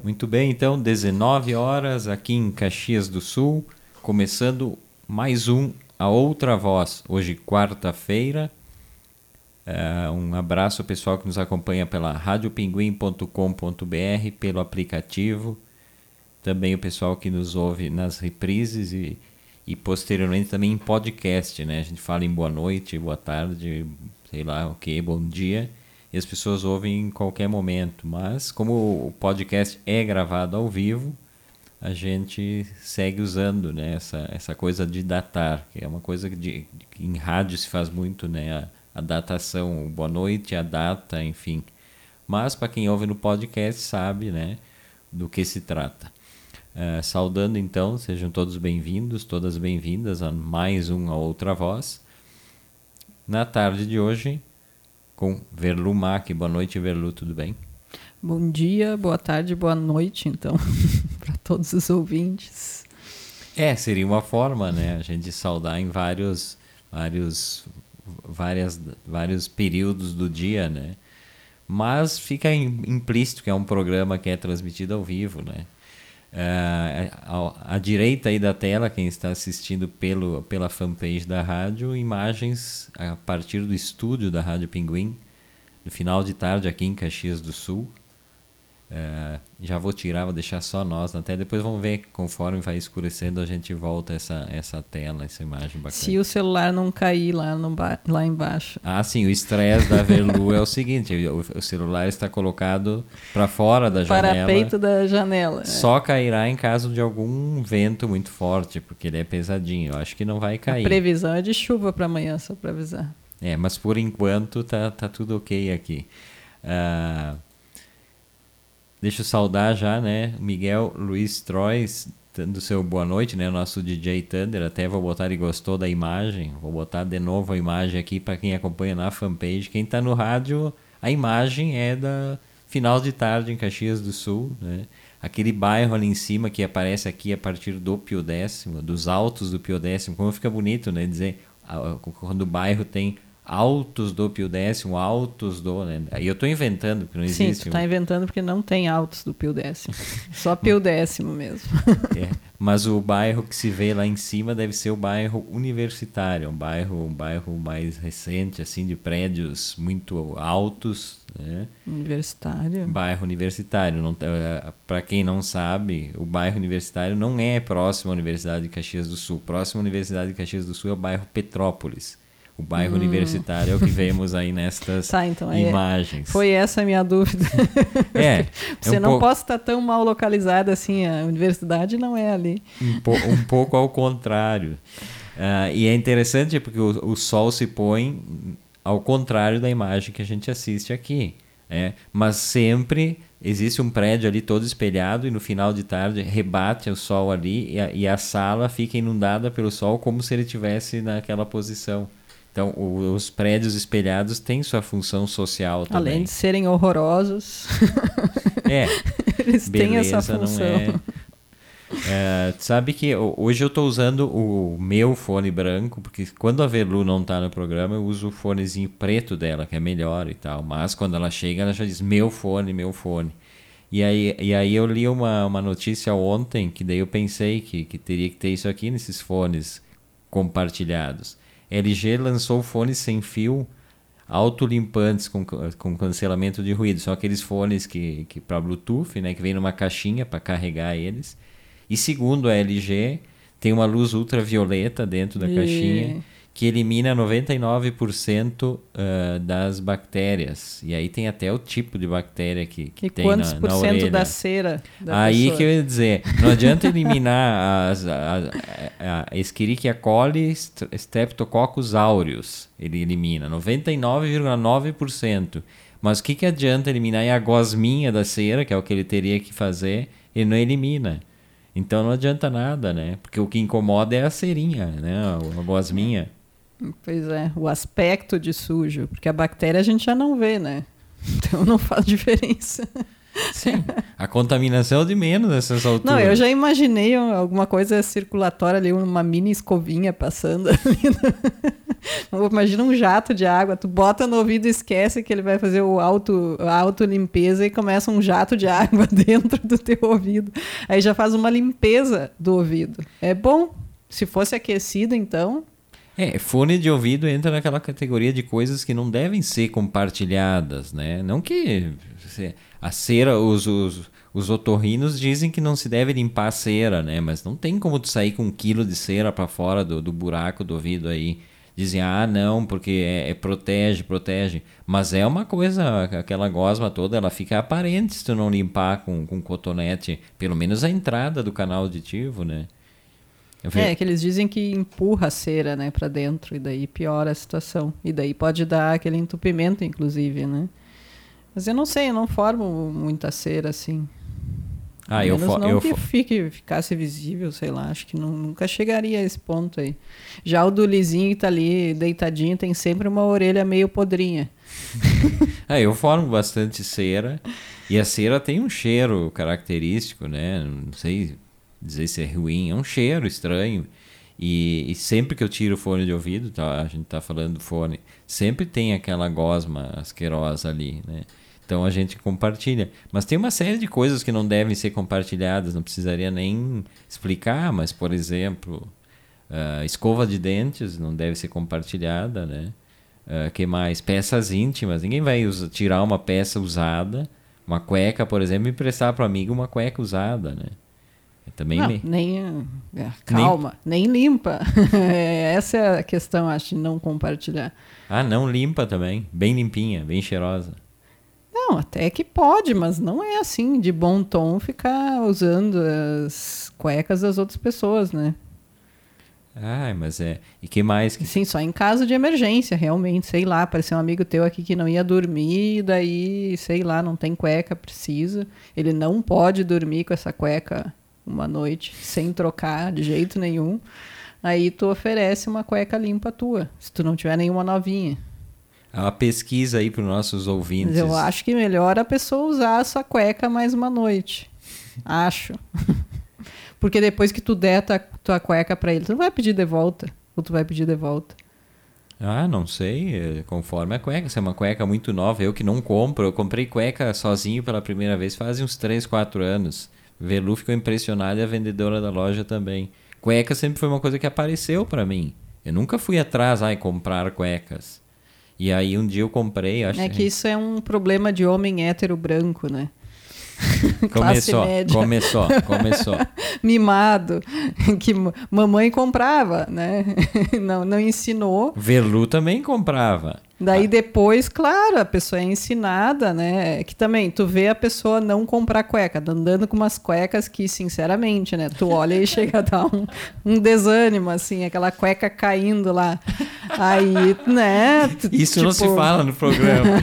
Muito bem, então, 19 horas aqui em Caxias do Sul, começando mais A Outra Voz, hoje quarta-feira. Um abraço ao pessoal que nos acompanha pela radiopinguim.com.br, pelo aplicativo, também o pessoal que nos ouve nas reprises e posteriormente também em podcast, né? A gente fala em boa noite, boa tarde, sei lá o que, bom dia, e as pessoas ouvem em qualquer momento, mas como o podcast é gravado ao vivo, a gente segue usando, né, essa coisa de datar, que é uma coisa que em rádio se faz muito, né, a datação, boa noite, a data, enfim. Mas para quem ouve no podcast sabe, né, do que se trata. Saudando então, sejam todos bem-vindos, todas bem-vindas a mais A Outra Voz. Na tarde de hoje, com Verlu Mack. Boa noite, Verlu, tudo bem? Bom dia, boa tarde, boa noite, então, para todos os ouvintes. Seria uma forma, né, a gente saudar em vários períodos do dia, né? Mas fica implícito que é um programa que é transmitido ao vivo, né? À direita aí da tela, quem está assistindo pela fanpage da rádio, imagens a partir do estúdio da Rádio Pinguim, no final de tarde aqui em Caxias do Sul. Já vou tirar, vou deixar só nós na tela, depois vamos ver, conforme vai escurecendo a gente volta essa tela, essa imagem bacana. Se o celular não cair lá embaixo. Sim, o estresse da Verlu é o seguinte, o celular está colocado para fora da janela. Parapeito da janela. Só cairá em caso de algum vento muito forte, porque ele é pesadinho, eu acho que não vai cair. A previsão é de chuva para amanhã, só para avisar. Mas por enquanto tá tudo ok aqui. Deixa eu saudar já, né, Miguel Luiz Trois, do seu boa noite, né, o nosso DJ Thunder. Até vou botar, ele gostou da imagem, vou botar de novo a imagem aqui para quem acompanha na fanpage. Quem está no rádio, a imagem é da final de tarde em Caxias do Sul, né, aquele bairro ali em cima que aparece aqui a partir do Pio Décimo, dos altos do Pio Décimo. Como fica bonito, né, dizer, quando o bairro tem altos do Pio Décimo, altos do... Né? Aí eu estou inventando, porque não existe. Sim, tu está inventando porque não tem altos do Pio Décimo. Só Pio Décimo mesmo. Mas o bairro que se vê lá em cima deve ser o bairro Universitário, um bairro mais recente, assim, de prédios muito altos. Né? Universitário. Bairro Universitário. Para quem não sabe, o bairro Universitário não é próximo à Universidade de Caxias do Sul. Próximo à Universidade de Caxias do Sul é o bairro Petrópolis. O bairro universitário é o que vemos aí nestas imagens. Foi essa a minha dúvida. Você não pode estar tão mal localizada assim, a universidade não é ali. Um pouco ao contrário. E é interessante porque o sol se põe ao contrário da imagem que a gente assiste aqui. Mas sempre existe um prédio ali todo espelhado e no final de tarde rebate o sol ali e a sala fica inundada pelo sol como se ele estivesse naquela posição. Então, os prédios espelhados têm sua função social também. Além de serem horrorosos, eles têm essa função. Sabe que hoje eu estou usando o meu fone branco, porque quando a Verlu não está no programa, eu uso o fonezinho preto dela, que é melhor e tal. Mas quando ela chega, ela já diz, meu fone. E aí eu li uma notícia ontem, que daí eu pensei que teria que ter isso aqui nesses fones compartilhados. LG lançou fones sem fio autolimpantes com cancelamento de ruído. São aqueles fones que para Bluetooth, né, que vem numa caixinha para carregar eles. E segundo a LG, tem uma luz ultravioleta dentro da caixinha que elimina 99% das bactérias. E aí tem até o tipo de bactéria que tem na orelha. E quantos por cento da cera da aí pessoa? Que eu ia dizer, não adianta eliminar a Escherichia coli, Streptococcus aureus. Ele elimina 99,9%. Mas o que adianta eliminar a gosminha da cera, que é o que ele teria que fazer, ele não elimina. Então não adianta nada, né? Porque o que incomoda é a cerinha, né? A gosminha. Pois é, o aspecto de sujo, porque a bactéria a gente já não vê, né? Então não faz diferença. Sim, a contaminação é de menos nessas alturas. Não, eu já imaginei alguma coisa circulatória ali, uma mini escovinha passando ali. Imagina um jato de água, tu bota no ouvido e esquece que ele vai fazer a autolimpeza e começa um jato de água dentro do teu ouvido. Aí já faz uma limpeza do ouvido. É bom. Se fosse aquecido, então... Fone de ouvido entra naquela categoria de coisas que não devem ser compartilhadas, né? Não que a cera, os otorrinos dizem que não se deve limpar a cera, né? Mas não tem como tu sair com 1 quilo de cera para fora do buraco do ouvido aí. Dizem, não, porque protege. Mas é uma coisa, aquela gosma toda, ela fica aparente se tu não limpar com cotonete, pelo menos a entrada do canal auditivo, né? Que eles dizem que empurra a cera, né, para dentro, e daí piora a situação. E daí pode dar aquele entupimento, inclusive, né? Mas eu não sei, eu não formo muita cera, assim. Ficasse visível, sei lá, acho que nunca chegaria a esse ponto aí. Já o do lisinho que tá ali deitadinho tem sempre uma orelha meio podrinha. Eu formo bastante cera, e a cera tem um cheiro característico, né? Não sei dizer se é ruim, é um cheiro estranho. E sempre que eu tiro o fone de ouvido, tá, a gente tá falando do fone, sempre tem aquela gosma asquerosa ali, né? Então a gente compartilha. Mas tem uma série de coisas que não devem ser compartilhadas, não precisaria nem explicar, mas, por exemplo, escova de dentes não deve ser compartilhada, né? Que mais? Peças íntimas. Ninguém vai tirar uma peça usada, uma cueca, por exemplo, e emprestar para o amigo uma cueca usada, né? Também nem limpa. Essa é a questão, acho, de não compartilhar. Não limpa também. Bem limpinha, bem cheirosa. Não, até que pode, mas não é assim, de bom tom, ficar usando as cuecas das outras pessoas, né? Mas E que mais? Sim, só em caso de emergência, realmente. Sei lá, apareceu um amigo teu aqui que não ia dormir, daí, sei lá, não tem cueca, precisa. Ele não pode dormir com essa cueca uma noite, sem trocar de jeito nenhum. Aí tu oferece uma cueca limpa tua, se tu não tiver nenhuma novinha. Uma pesquisa aí para os nossos ouvintes. Mas eu acho que melhor a pessoa usar a sua cueca mais uma noite. Acho. Porque depois que tu der tua cueca para ele, tu não vai pedir de volta. Ou tu vai pedir de volta? Não sei. Conforme a cueca. Se é uma cueca muito nova, eu que não compro. Eu comprei cueca sozinho pela primeira vez faz uns 3, 4 anos. Velu ficou impressionado e a vendedora da loja também. Cueca sempre foi uma coisa que apareceu para mim. Eu nunca fui atrás comprar cuecas. E aí um dia eu comprei... que isso é um problema de homem hétero branco, né? Começou. Mimado, que mamãe comprava, né? Não ensinou. Velu também comprava. Daí depois, claro, a pessoa é ensinada, né? Que também, tu vê a pessoa não comprar cueca, andando com umas cuecas que, sinceramente, né? Tu olha e chega a dar um desânimo, assim, aquela cueca caindo lá. Aí, né? Isso não se fala no programa.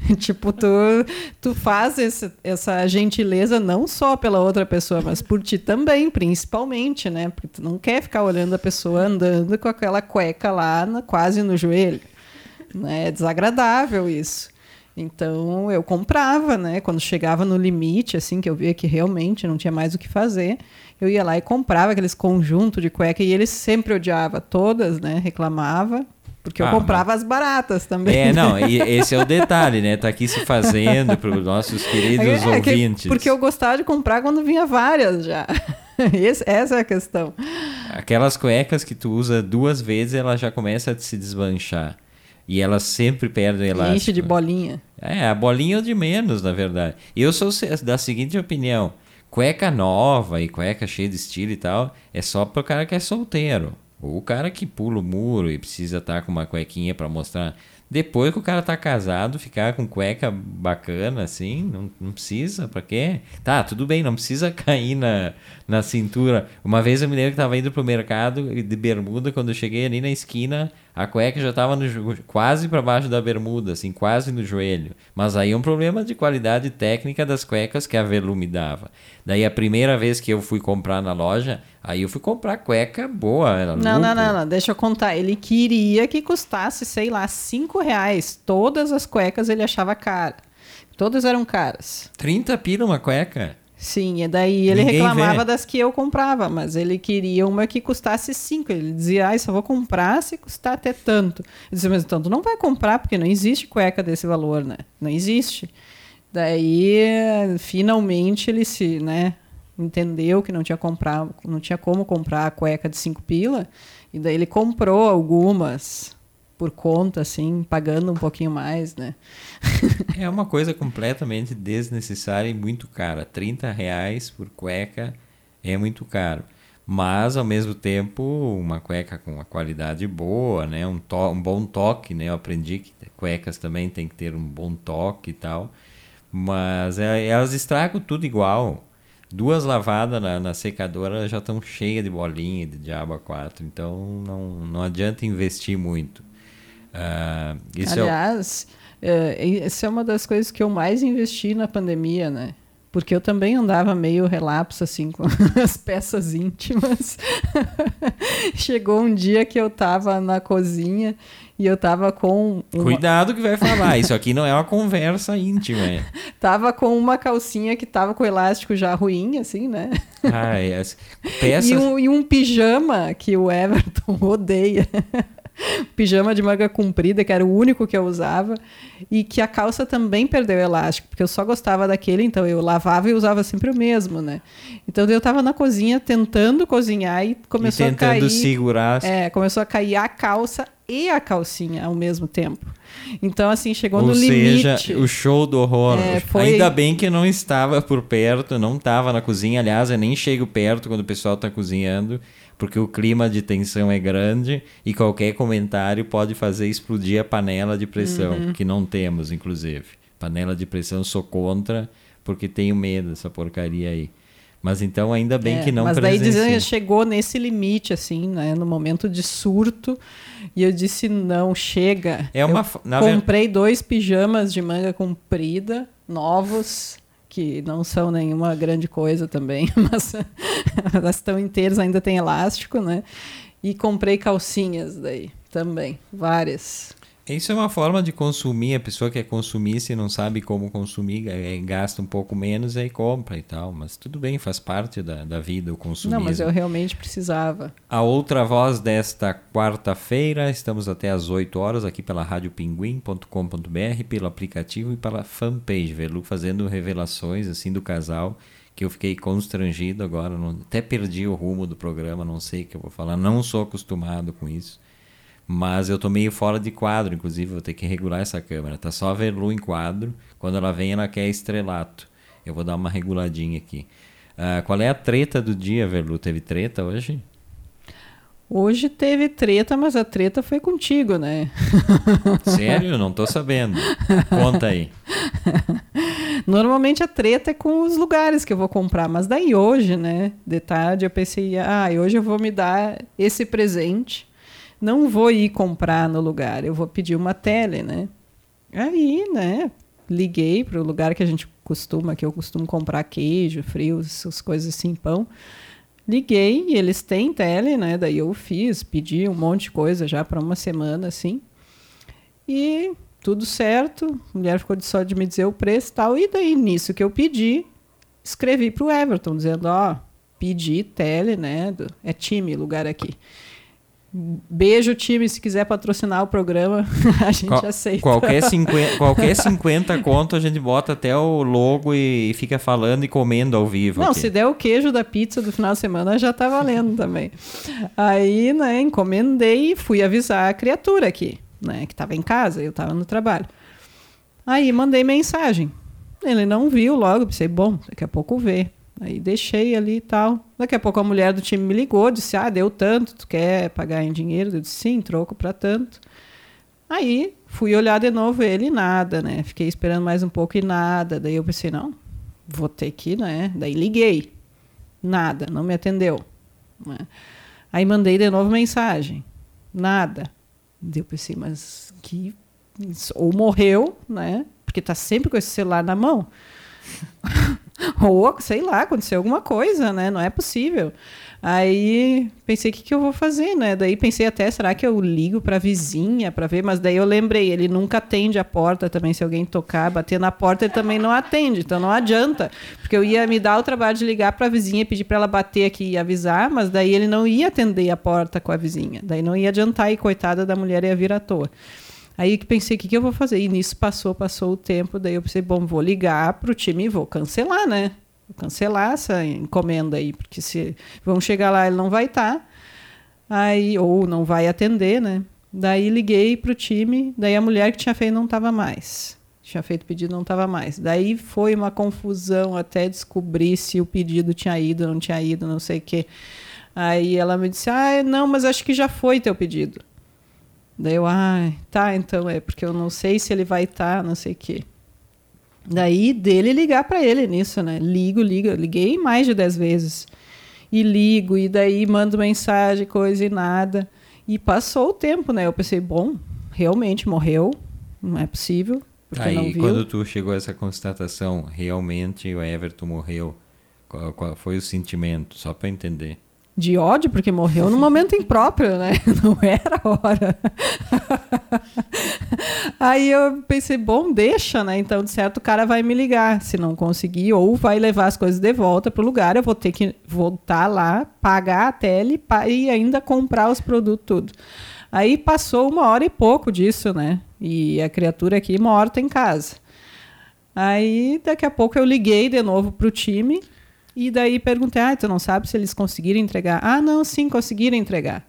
Tu faz essa gentileza não só pela outra pessoa, mas por ti também, principalmente, né? Porque tu não quer ficar olhando a pessoa andando com aquela cueca lá quase no joelho. É desagradável isso. Então eu comprava, né? Quando chegava no limite, assim, que eu via que realmente não tinha mais o que fazer, eu ia lá e comprava aqueles conjuntos de cueca, e ele sempre odiava todas, né? Reclamava, porque eu comprava as baratas também. E esse é o detalhe, né? Tá aqui se fazendo para os nossos queridos ouvintes. Porque eu gostava de comprar quando vinha várias já. Essa é a questão. Aquelas cuecas que tu usa 2 vezes, ela já começa a se desmanchar. E elas sempre perdem elástico. Enche de bolinha. A bolinha é o de menos, na verdade. Eu sou da seguinte opinião. Cueca nova e cueca cheia de estilo e tal, é só pro cara que é solteiro. Ou o cara que pula o muro e precisa estar com uma cuequinha para mostrar. Depois que o cara tá casado, ficar com cueca bacana, assim, não precisa, pra quê? Tá, tudo bem, não precisa cair na cintura. Uma vez eu me lembro que tava indo pro mercado de bermuda, quando eu cheguei ali na esquina, a cueca já tava quase para baixo da bermuda, assim, quase no joelho. Mas aí é um problema de qualidade técnica das cuecas que a Velu me dava. Daí a primeira vez que eu fui comprar na loja, aí eu fui comprar cueca boa. Não, deixa eu contar. Ele queria que custasse, sei lá, R$5. Todas as cuecas ele achava cara. Todas eram caras. 30 pila uma cueca? Sim, e daí ele Ninguém reclamava vê. das que eu comprava, mas ele queria uma que custasse 5. Ele dizia, só vou comprar se custar até tanto. Eu dizia, mas então tu não vai comprar, porque não existe cueca desse valor, né? Não existe. Daí, finalmente, ele entendeu que não tinha como comprar a cueca de 5 pila, e daí ele comprou algumas por conta, assim, pagando um pouquinho mais, né? É uma coisa completamente desnecessária e muito cara. R$ 30 por cueca é muito caro. Mas, ao mesmo tempo, uma cueca com uma qualidade boa, né? Um bom toque, né? Eu aprendi que cuecas também tem que ter um bom toque e tal. Mas elas estragam tudo igual. 2 lavadas na secadora já estão cheias de bolinha de diabo a 4. Então, não adianta investir muito. Isso Aliás, essa é uma das coisas que eu mais investi na pandemia, né? Porque eu também andava meio relapso, assim, com as peças íntimas. Chegou um dia que eu estava na cozinha e eu estava com... Cuidado que vai falar, isso aqui não é uma conversa íntima. Tava com uma calcinha que tava com o elástico já ruim, assim, né? Peças... E um pijama que o Everton odeia. Pijama de manga comprida, que era o único que eu usava, e que a calça também perdeu elástico, porque eu só gostava daquele, então eu lavava e usava sempre o mesmo, né? Então eu tava na cozinha tentando cozinhar e começou a cair... tentando segurar... começou a cair a calça e a calcinha ao mesmo tempo. Então, assim, chegou no limite. Ou seja, o show do horror. Ainda bem que não estava por perto, não estava na cozinha. Aliás, eu nem chego perto quando o pessoal está cozinhando, porque o clima de tensão é grande e qualquer comentário pode fazer explodir a panela de pressão, que não temos, inclusive. Panela de pressão sou contra, porque tenho medo dessa porcaria aí. Mas então ainda bem que não presenciei. Mas daí chegou nesse limite, assim, né, no momento de surto, e eu disse, não, chega. Comprei 2 pijamas de manga comprida, novos, que não são nenhuma grande coisa também, mas elas estão inteiras, ainda tem elástico, né? E comprei calcinhas daí também, várias. Isso é uma forma de consumir. A pessoa quer consumir, se não sabe como consumir, gasta um pouco menos, aí compra e tal. Mas tudo bem, faz parte da vida o consumismo. Não, mas eu realmente precisava. A outra voz desta quarta-feira, estamos até às 8 horas aqui pela radiopinguim.com.br, pelo aplicativo e pela fanpage. Verlu fazendo revelações assim do casal, que eu fiquei constrangido agora. Até perdi o rumo do programa, não sei o que eu vou falar. Não sou acostumado com isso. Mas eu tô meio fora de quadro, inclusive vou ter que regular essa câmera. Tá só a Verlu em quadro. Quando ela vem, ela quer estrelato. Eu vou dar uma reguladinha aqui. Qual é a treta do dia, Verlu? Teve treta hoje? Hoje teve treta, mas a treta foi contigo, né? Sério? Não tô sabendo. Conta aí. Normalmente a treta é com os lugares que eu vou comprar, mas daí hoje, né? De tarde eu pensei, hoje eu vou me dar esse presente. Não vou ir comprar no lugar, eu vou pedir uma tele, né? Aí, né, liguei para o lugar que eu costumo comprar queijo, frios, essas coisas assim, pão. Liguei e eles têm tele, né? Daí eu pedi um monte de coisa já para uma semana, assim. E tudo certo, a mulher ficou só de me dizer o preço e tal. E daí, nisso que eu pedi, escrevi para o Everton, dizendo, pedi tele, né? É time lugar aqui. Beijo, time, se quiser patrocinar o programa, a gente aceita. Qualquer 50 conto, a gente bota até o logo e fica falando e comendo ao vivo. Não, aqui. Se der o queijo da pizza do final de semana, já tá valendo também. Aí, né, encomendei e fui avisar a criatura aqui, né, que estava em casa, eu estava no trabalho. Aí mandei mensagem. Ele não viu logo, pensei, bom, daqui a pouco vê. Aí deixei ali e tal. Daqui a pouco a mulher do time me ligou, disse, deu tanto, tu quer pagar em dinheiro? Eu disse, sim, troco para tanto. Aí fui olhar de novo ele e nada, né? Fiquei esperando mais um pouco e nada. Daí eu pensei, não, vou ter que, né? Daí liguei. Nada, não me atendeu. Né? Aí mandei de novo mensagem. Nada. Daí eu pensei, mas que... Ou morreu, né? Porque tá sempre com esse celular na mão. Ou, sei lá, aconteceu alguma coisa, né? Não é possível. Aí pensei, o que eu vou fazer, né? Daí pensei até, será que eu ligo para a vizinha para ver? Mas daí eu lembrei, ele nunca atende a porta também. Se alguém tocar, bater na porta, ele também não atende. Então não adianta, porque eu ia me dar o trabalho de ligar para a vizinha e pedir para ela bater aqui e avisar, mas daí ele não ia atender a porta com a vizinha. Daí não ia adiantar e coitada da mulher ia vir à toa. Aí que pensei, o que eu vou fazer? E nisso passou o tempo, daí eu pensei, bom, vou ligar para o time e vou cancelar, né? Vou cancelar essa encomenda aí, porque se vão chegar lá ele não vai estar, aí, ou não vai atender, né? Daí liguei para o time, daí a mulher que tinha feito não estava mais. Tinha feito pedido, não estava mais. Daí foi uma confusão até descobrir se o pedido tinha ido, não tinha ido, não sei o quê. Aí ela me disse, não, mas acho que já foi teu pedido. Daí eu, tá, então é porque eu não sei se ele vai estar, não sei o quê. Daí dele ligar para ele nisso, né? Liguei mais de 10 vezes. E ligo, e daí mando mensagem, coisa e nada. E passou o tempo, né? Eu pensei, bom, realmente morreu, não é possível, porque não Aí viu. quando tu chegou a essa constatação, realmente o Everton morreu, qual foi o sentimento? Só para entender. De ódio, porque morreu no momento impróprio, né? Não era a hora. Aí eu pensei, bom, deixa, né? Então, de certo, o cara vai me ligar. Se não conseguir, ou vai levar as coisas de volta para o lugar, eu vou ter que voltar lá, pagar a tele e ainda comprar os produtos, tudo. Aí passou 1 hora e pouco disso, né? E a criatura aqui morta em casa. Aí, daqui a pouco, eu liguei de novo para o time. E daí perguntei, tu não sabe se eles conseguiram entregar? Não, sim, conseguiram entregar.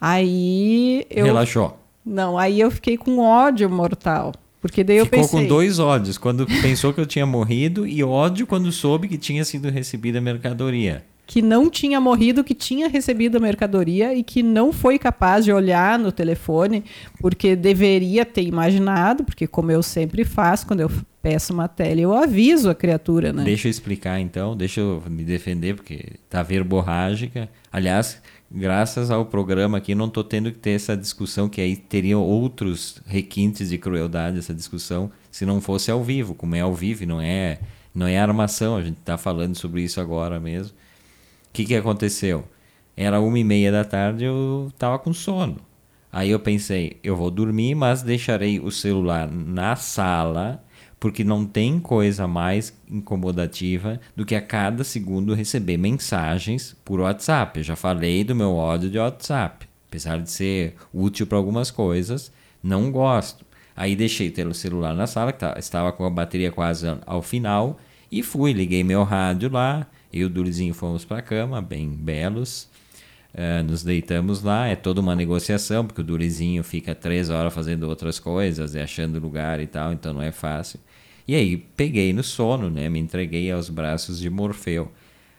Aí eu... Relaxou. Não, aí eu fiquei com ódio mortal. Porque daí eu pensei... Ficou com 2 ódios, quando pensou que eu tinha morrido e ódio quando soube que tinha sido recebida a mercadoria. Que não tinha morrido, que tinha recebido a mercadoria e que não foi capaz de olhar no telefone, porque deveria ter imaginado, porque como eu sempre faço, quando eu peço uma tela, eu aviso a criatura, né? Deixa eu explicar então, deixa eu me defender, porque tá verborrágica. Aliás, graças ao programa aqui, não tô tendo que ter essa discussão, que aí teriam outros requintes de crueldade, essa discussão, se não fosse ao vivo. Como é ao vivo, não é armação, a gente tá falando sobre isso agora mesmo. O que aconteceu? Era 1h30 da tarde, eu tava com sono. Aí eu pensei, eu vou dormir, mas deixarei o celular na sala, porque não tem coisa mais incomodativa do que a cada segundo receber mensagens por WhatsApp. Eu já falei do meu ódio de WhatsApp. Apesar de ser útil para algumas coisas, não gosto. Aí deixei ter o celular na sala, que estava com a bateria quase ao final, e liguei meu rádio lá. Eu e o Durizinho fomos para a cama, bem belos. Nos deitamos lá, é toda uma negociação, porque o Durizinho fica 3 horas fazendo outras coisas, achando lugar e tal, então não é fácil. E aí peguei no sono, né? Me entreguei aos braços de Morfeu.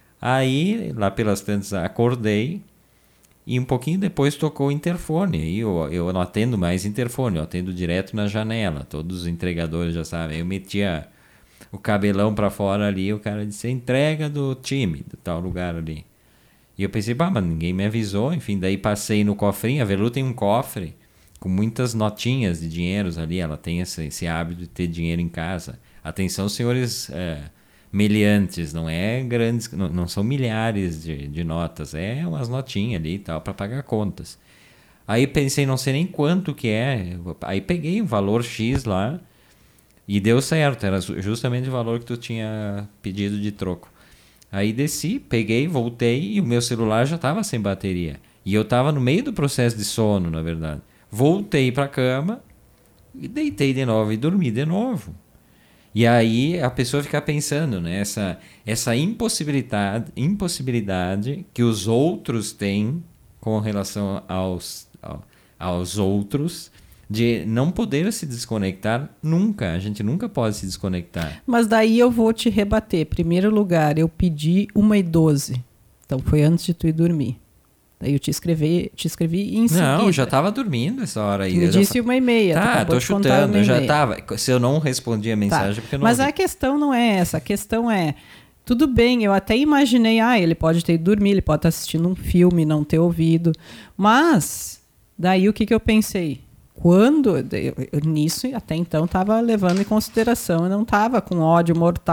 Aí, lá pelas tantas, acordei e um pouquinho depois tocou o interfone. E eu não atendo mais interfone, eu atendo direto na janela. Todos os entregadores já sabem. Eu metia o cabelão para fora ali, o cara disse, entrega do time, de tal lugar ali. E eu pensei, mas ninguém me avisou. Enfim, daí passei no cofrinho. A Velu tem um cofre com muitas notinhas de dinheiros ali. Ela tem esse hábito de ter dinheiro em casa. Atenção, senhores meliantes, não é grandes, não são milhares de notas, é umas notinhas ali e tal, para pagar contas. Aí pensei, não sei nem quanto que é. Aí peguei um valor X lá e deu certo. Era justamente o valor que tu tinha pedido de troco. Aí desci, peguei, voltei e o meu celular já estava sem bateria. E eu estava no meio do processo de sono, na verdade. Voltei para a cama e deitei de novo e dormi de novo. E aí a pessoa fica pensando, né? Essa impossibilidade que os outros têm com relação aos outros, de não poder se desconectar nunca. A gente nunca pode se desconectar. Mas daí eu vou te rebater. Primeiro lugar, eu pedi 1h12. Então foi antes de tu ir dormir. Daí eu te escrevi em seguida. Não, eu já estava dormindo essa hora aí. Eu disse 1h30. Tá, tô chutando. Eu já estava. Se eu não respondi a mensagem, porque eu não Mas ouvi. a questão não é essa. A questão é... Tudo bem, eu até imaginei... ele pode ter ido dormir, ele pode estar assistindo um filme, não ter ouvido. Mas, daí o que eu pensei? Quando... nisso, até então, estava levando em consideração. Eu não estava com ódio mortal,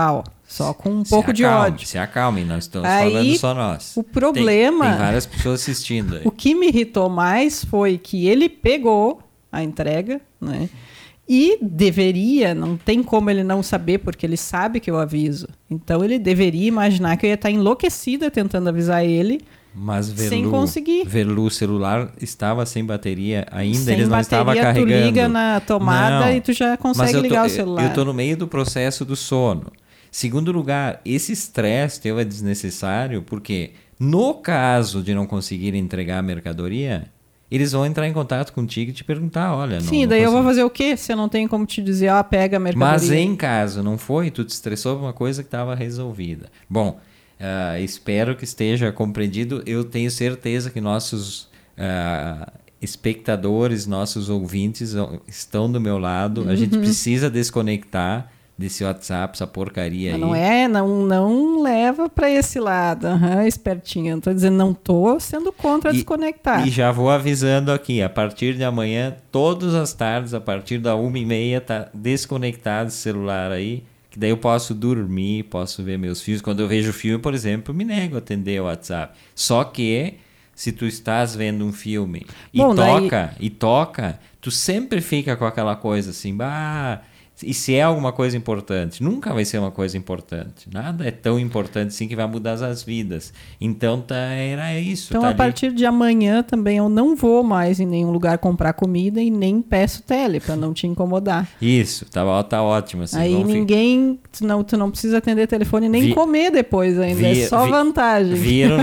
Só com um pouco de ódio. Se acalmem, nós estamos Aí, falando só nós. O problema... Tem várias pessoas assistindo aí. O que me irritou mais foi que ele pegou a entrega, né? E deveria, não tem como ele não saber, porque ele sabe que eu aviso. Então ele deveria imaginar que eu ia estar enlouquecida tentando avisar ele, mas sem conseguir. O celular estava sem bateria ainda, sem ele não bateria, estava carregando. Tu liga na tomada e tu já consegue ligar o celular. Eu estou no meio do processo do sono. Segundo lugar, esse estresse teu é desnecessário porque no caso de não conseguir entregar a mercadoria, eles vão entrar em contato contigo e te perguntar, olha... Sim, daí eu vou fazer o quê? Se eu não tenho como te dizer, pega a mercadoria. Mas em caso não foi, tu te estressou por uma coisa que estava resolvida. Bom, espero que esteja compreendido. Eu tenho certeza que nossos espectadores, nossos ouvintes estão do meu lado. A gente precisa desconectar desse WhatsApp, essa porcaria mas aí. Não leva para esse lado, espertinho. Não tô dizendo, não tô sendo contra desconectar. E já vou avisando aqui, a partir de amanhã, todas as tardes, a partir da 1h30, tá desconectado esse celular aí, que daí eu posso dormir, posso ver meus filhos. Quando eu vejo filme, por exemplo, eu me nego a atender o WhatsApp. Só que, se tu estás vendo um filme e toca, tu sempre fica com aquela coisa assim, e se é alguma coisa importante? Nunca vai ser uma coisa importante. Nada é tão importante assim que vai mudar as vidas. Então era isso. Então a partir de amanhã também eu não vou mais em nenhum lugar comprar comida e nem peço tele para não te incomodar. Isso, tá ótimo. Assim, aí ninguém, tu não precisa atender telefone nem comer depois ainda, é só vantagem. Viram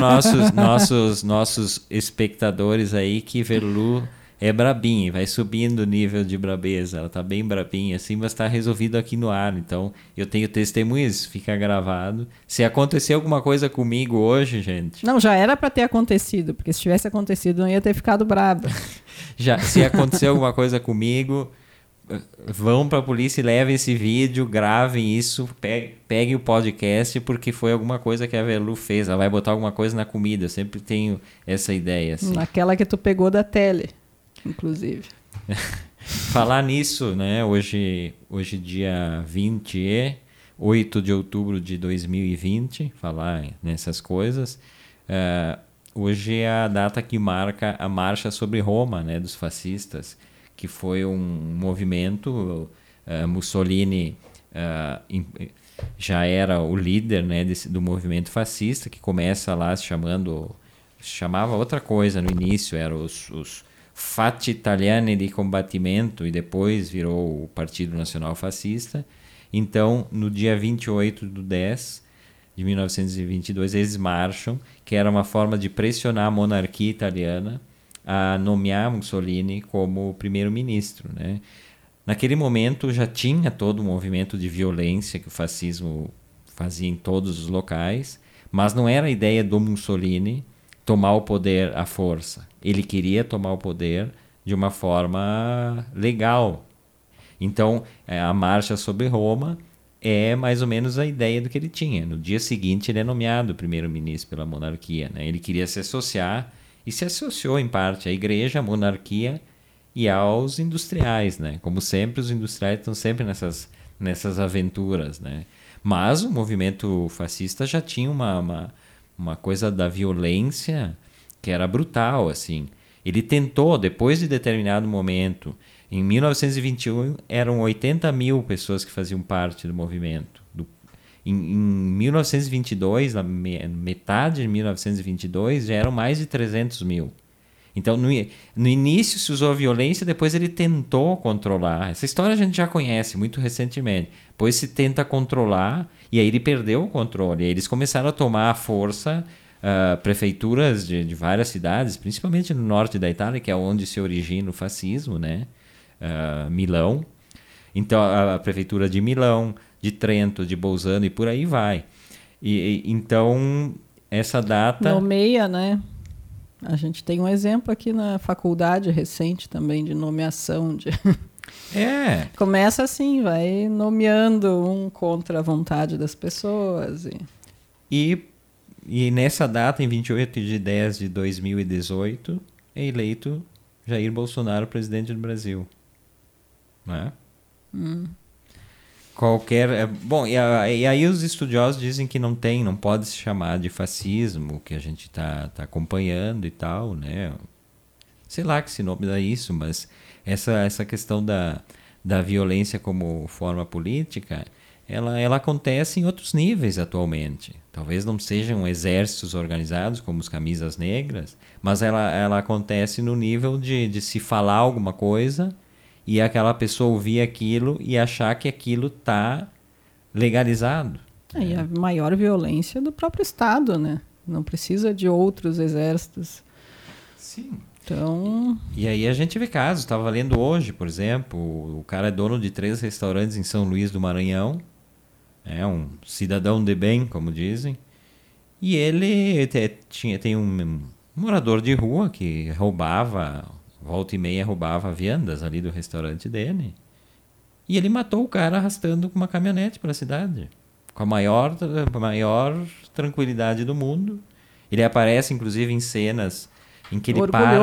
nossos espectadores aí que Verlu é brabinha, vai subindo o nível de brabeza. Ela tá bem brabinha assim, mas tá resolvido aqui no ar. Então, eu tenho testemunhas, fica gravado. Se acontecer alguma coisa comigo hoje, gente... Não, já era para ter acontecido, porque se tivesse acontecido, não ia ter ficado braba. Se acontecer alguma coisa comigo, vão pra polícia e levem esse vídeo, gravem isso, peguem o podcast, porque foi alguma coisa que a Verlu fez. Ela vai botar alguma coisa na comida. Eu sempre tenho essa ideia. Assim. Naquela que tu pegou da tele. Inclusive. Falar nisso, né? Hoje dia 28 de outubro de 2020, falar nessas coisas. Hoje é a data que marca a Marcha sobre Roma, né? Dos fascistas, que foi um movimento. Mussolini já era o líder, né? Do movimento fascista, que começa lá chamava outra coisa no início, eram os Fatti Italiani di Combattimento, e depois virou o Partido Nacional Fascista. Então, no dia 28/10 de 1922, eles marcham, que era uma forma de pressionar a monarquia italiana a nomear Mussolini como primeiro-ministro, né? Naquele momento já tinha todo um movimento de violência que o fascismo fazia em todos os locais, mas não era a ideia do Mussolini tomar o poder à força. Ele queria tomar o poder de uma forma legal. Então, a marcha sobre Roma é mais ou menos a ideia do que ele tinha. No dia seguinte, ele é nomeado primeiro-ministro pela monarquia, né? Ele queria se associar, e se associou em parte à igreja, à monarquia e aos industriais, né? Como sempre, os industriais estão sempre nessas aventuras, né? Mas o movimento fascista já tinha uma coisa da violência que era brutal, assim. Ele tentou, depois de determinado momento, em 1921, eram 80 mil pessoas que faziam parte do movimento. Em 1922, na metade de 1922, já eram mais de 300 mil. Então, no início se usou a violência, depois ele tentou controlar. Essa história a gente já conhece muito recentemente. Depois se tenta controlar, e aí ele perdeu o controle. Aí eles começaram a tomar à força prefeituras de várias cidades, principalmente no norte da Itália, que é onde se origina o fascismo, né? Milão. Então, a prefeitura de Milão, de Trento, de Bolzano e por aí vai. Então, essa data... Nomeia, né? A gente tem um exemplo aqui na faculdade recente também de nomeação. Começa assim, vai nomeando um contra a vontade das pessoas. E nessa data, em 28/10 de 2018, é eleito Jair Bolsonaro presidente do Brasil. Né? Bom, e aí os estudiosos dizem que não pode se chamar de fascismo, que a gente tá acompanhando e tal, né? Sei lá que se nome dá isso, mas essa questão da violência como forma política, ela acontece em outros níveis atualmente. Talvez não sejam exércitos organizados como os camisas negras, mas ela acontece no nível de se falar alguma coisa e aquela pessoa ouvir aquilo e achar que aquilo está legalizado. E a maior violência do próprio Estado, né? Não precisa de outros exércitos. Sim. Então... E aí a gente vê casos. Estava lendo hoje, por exemplo, o cara é dono de 3 restaurantes em São Luís do Maranhão. É um cidadão de bem, como dizem. E ele tem um morador de rua que roubava, volta e meia roubava viandas ali do restaurante dele. E ele matou o cara arrastando com uma caminhonete para a cidade. Com a maior tranquilidade do mundo. Ele aparece, inclusive, em cenas em que ele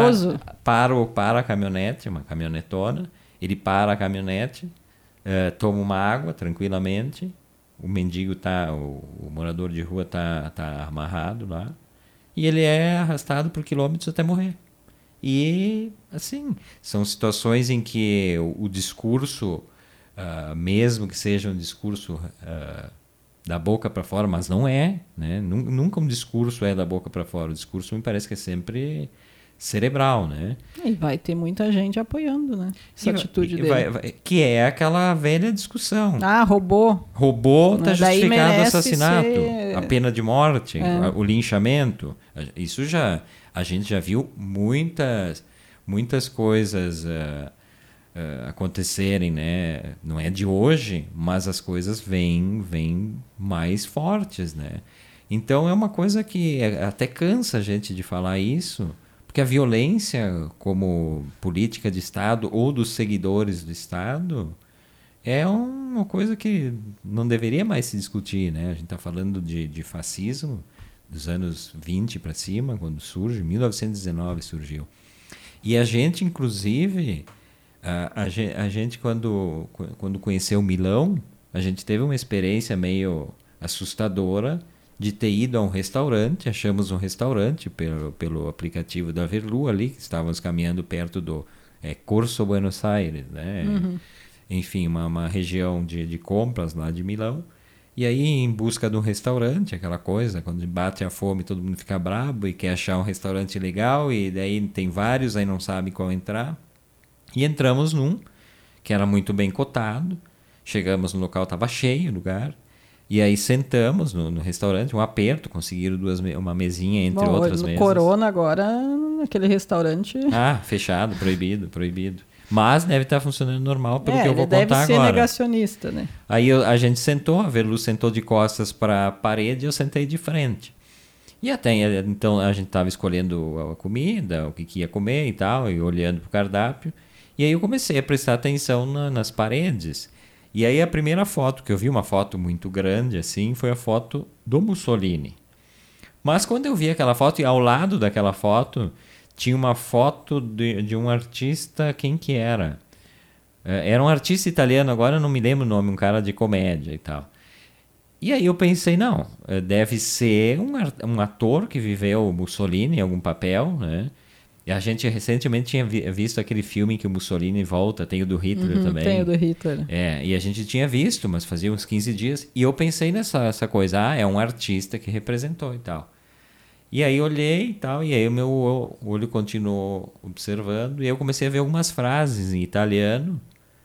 para a caminhonete, uma caminhonetona. Ele para a caminhonete, toma uma água tranquilamente. O mendigo o morador de rua tá amarrado lá. E ele é arrastado por quilômetros até morrer. E, assim, são situações em que o discurso, mesmo que seja um discurso da boca para fora, mas não é, né? Nunca um discurso é da boca para fora. O discurso me parece que é sempre cerebral, né? E vai ter muita gente apoiando, né? Essa atitude dele. Que é aquela velha discussão. Roubou. Roubou, está justificado o assassinato, a pena de morte, o linchamento. Isso a gente já viu muitas coisas acontecerem, né? Não é de hoje, mas as coisas vêm mais fortes, né? Então é uma coisa que até cansa a gente de falar isso, porque a violência como política de Estado ou dos seguidores do Estado é uma coisa que não deveria mais se discutir, né? A gente está falando de fascismo dos anos 20 para cima, quando surge, 1919 surgiu. E a gente, inclusive, a gente quando conheceu Milão, a gente teve uma experiência meio assustadora de ter ido a um restaurante, achamos um restaurante pelo aplicativo da Verlu ali, que estávamos caminhando perto do Corso Buenos Aires, né? Uhum. Enfim, uma região de compras lá de Milão. E aí, em busca de um restaurante, aquela coisa, quando bate a fome, todo mundo fica brabo e quer achar um restaurante legal, e daí tem vários, aí não sabe qual entrar. E entramos num, que era muito bem cotado. Chegamos no local, estava cheio o lugar. E aí sentamos no restaurante, um aperto, conseguiram uma mesinha entre outras mesas. Corona agora, naquele restaurante... Fechado, proibido. Mas deve estar funcionando normal, pelo que eu vou contar agora. Deve ser negacionista, né? Aí a gente sentou, a Verlu sentou de costas para a parede e eu sentei de frente. E até então a gente estava escolhendo a comida, o que ia comer e tal, e olhando para o cardápio. E aí eu comecei a prestar atenção nas paredes. E aí a primeira foto que eu vi, uma foto muito grande assim, foi a foto do Mussolini. Mas quando eu vi aquela foto, e ao lado daquela foto tinha uma foto de um artista, quem que era? Era um artista italiano, agora eu não me lembro o nome, um cara de comédia e tal. E aí eu pensei, não, deve ser um ator que viveu o Mussolini em algum papel, né? E a gente recentemente tinha visto aquele filme em que o Mussolini volta, tem o do Hitler também. Tem o do Hitler. E a gente tinha visto, mas fazia uns 15 dias. E eu pensei essa coisa, é um artista que representou e tal. E aí olhei e tal, e aí o meu olho continuou observando, e eu comecei a ver algumas frases em italiano.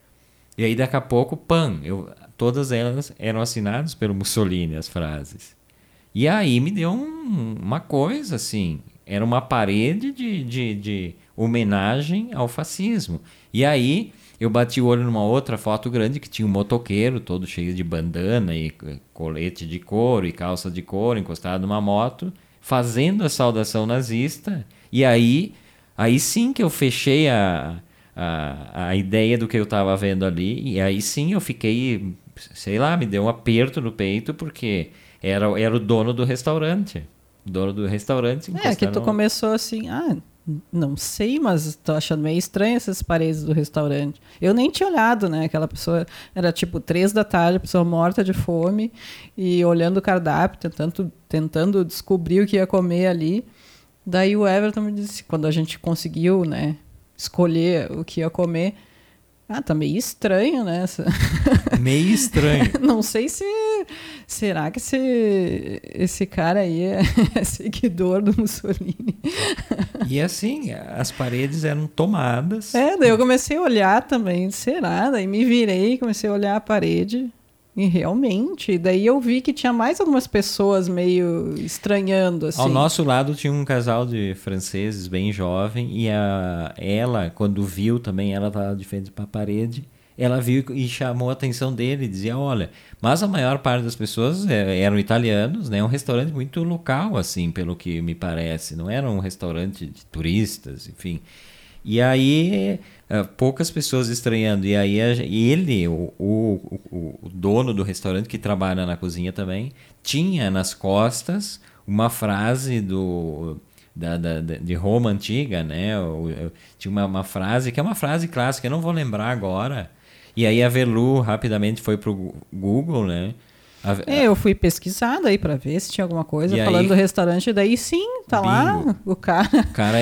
E aí daqui a pouco, todas elas eram assinadas pelo Mussolini, as frases. E aí me deu uma coisa assim... Era uma parede de homenagem ao fascismo. E aí eu bati o olho numa outra foto grande que tinha um motoqueiro todo cheio de bandana e colete de couro e calça de couro encostado numa moto, fazendo a saudação nazista. E aí sim que eu fechei a ideia do que eu estava vendo ali. E aí sim eu fiquei, sei lá, me deu um aperto no peito porque era o dono do restaurante. Dono do restaurante. Que tu começou assim, Não sei, mas tô achando meio estranho essas paredes do restaurante. Eu nem tinha olhado, né? Aquela pessoa era tipo 3 da tarde, a pessoa morta de fome e olhando o cardápio, tentando descobrir o que ia comer ali. Daí o Everton me disse, quando a gente conseguiu, né, escolher o que ia comer, tá meio estranho, né? Meio estranho. Não sei se... Será que esse cara aí é seguidor do Mussolini? E assim, as paredes eram tomadas. Daí eu comecei a olhar também. Será? Daí me virei, comecei a olhar a parede. E realmente, daí eu vi que tinha mais algumas pessoas meio estranhando, assim. Ao nosso lado tinha um casal de franceses bem jovem e ela, quando viu também, ela estava de frente para a parede, ela viu e chamou a atenção dele e dizia, olha, mas a maior parte das pessoas eram italianos, né? Um restaurante muito local, assim, pelo que me parece, não era um restaurante de turistas, enfim. E aí, poucas pessoas estranhando. E aí, ele, o dono do restaurante, que trabalha na cozinha também, tinha nas costas uma frase de Roma antiga, né? Tinha uma frase, que é uma frase clássica, eu não vou lembrar agora. E aí a Verlu rapidamente foi pro Google, né? Eu fui pesquisada aí para ver se tinha alguma coisa e falando aí, do restaurante, daí sim, tá bingo. lá o cara. O cara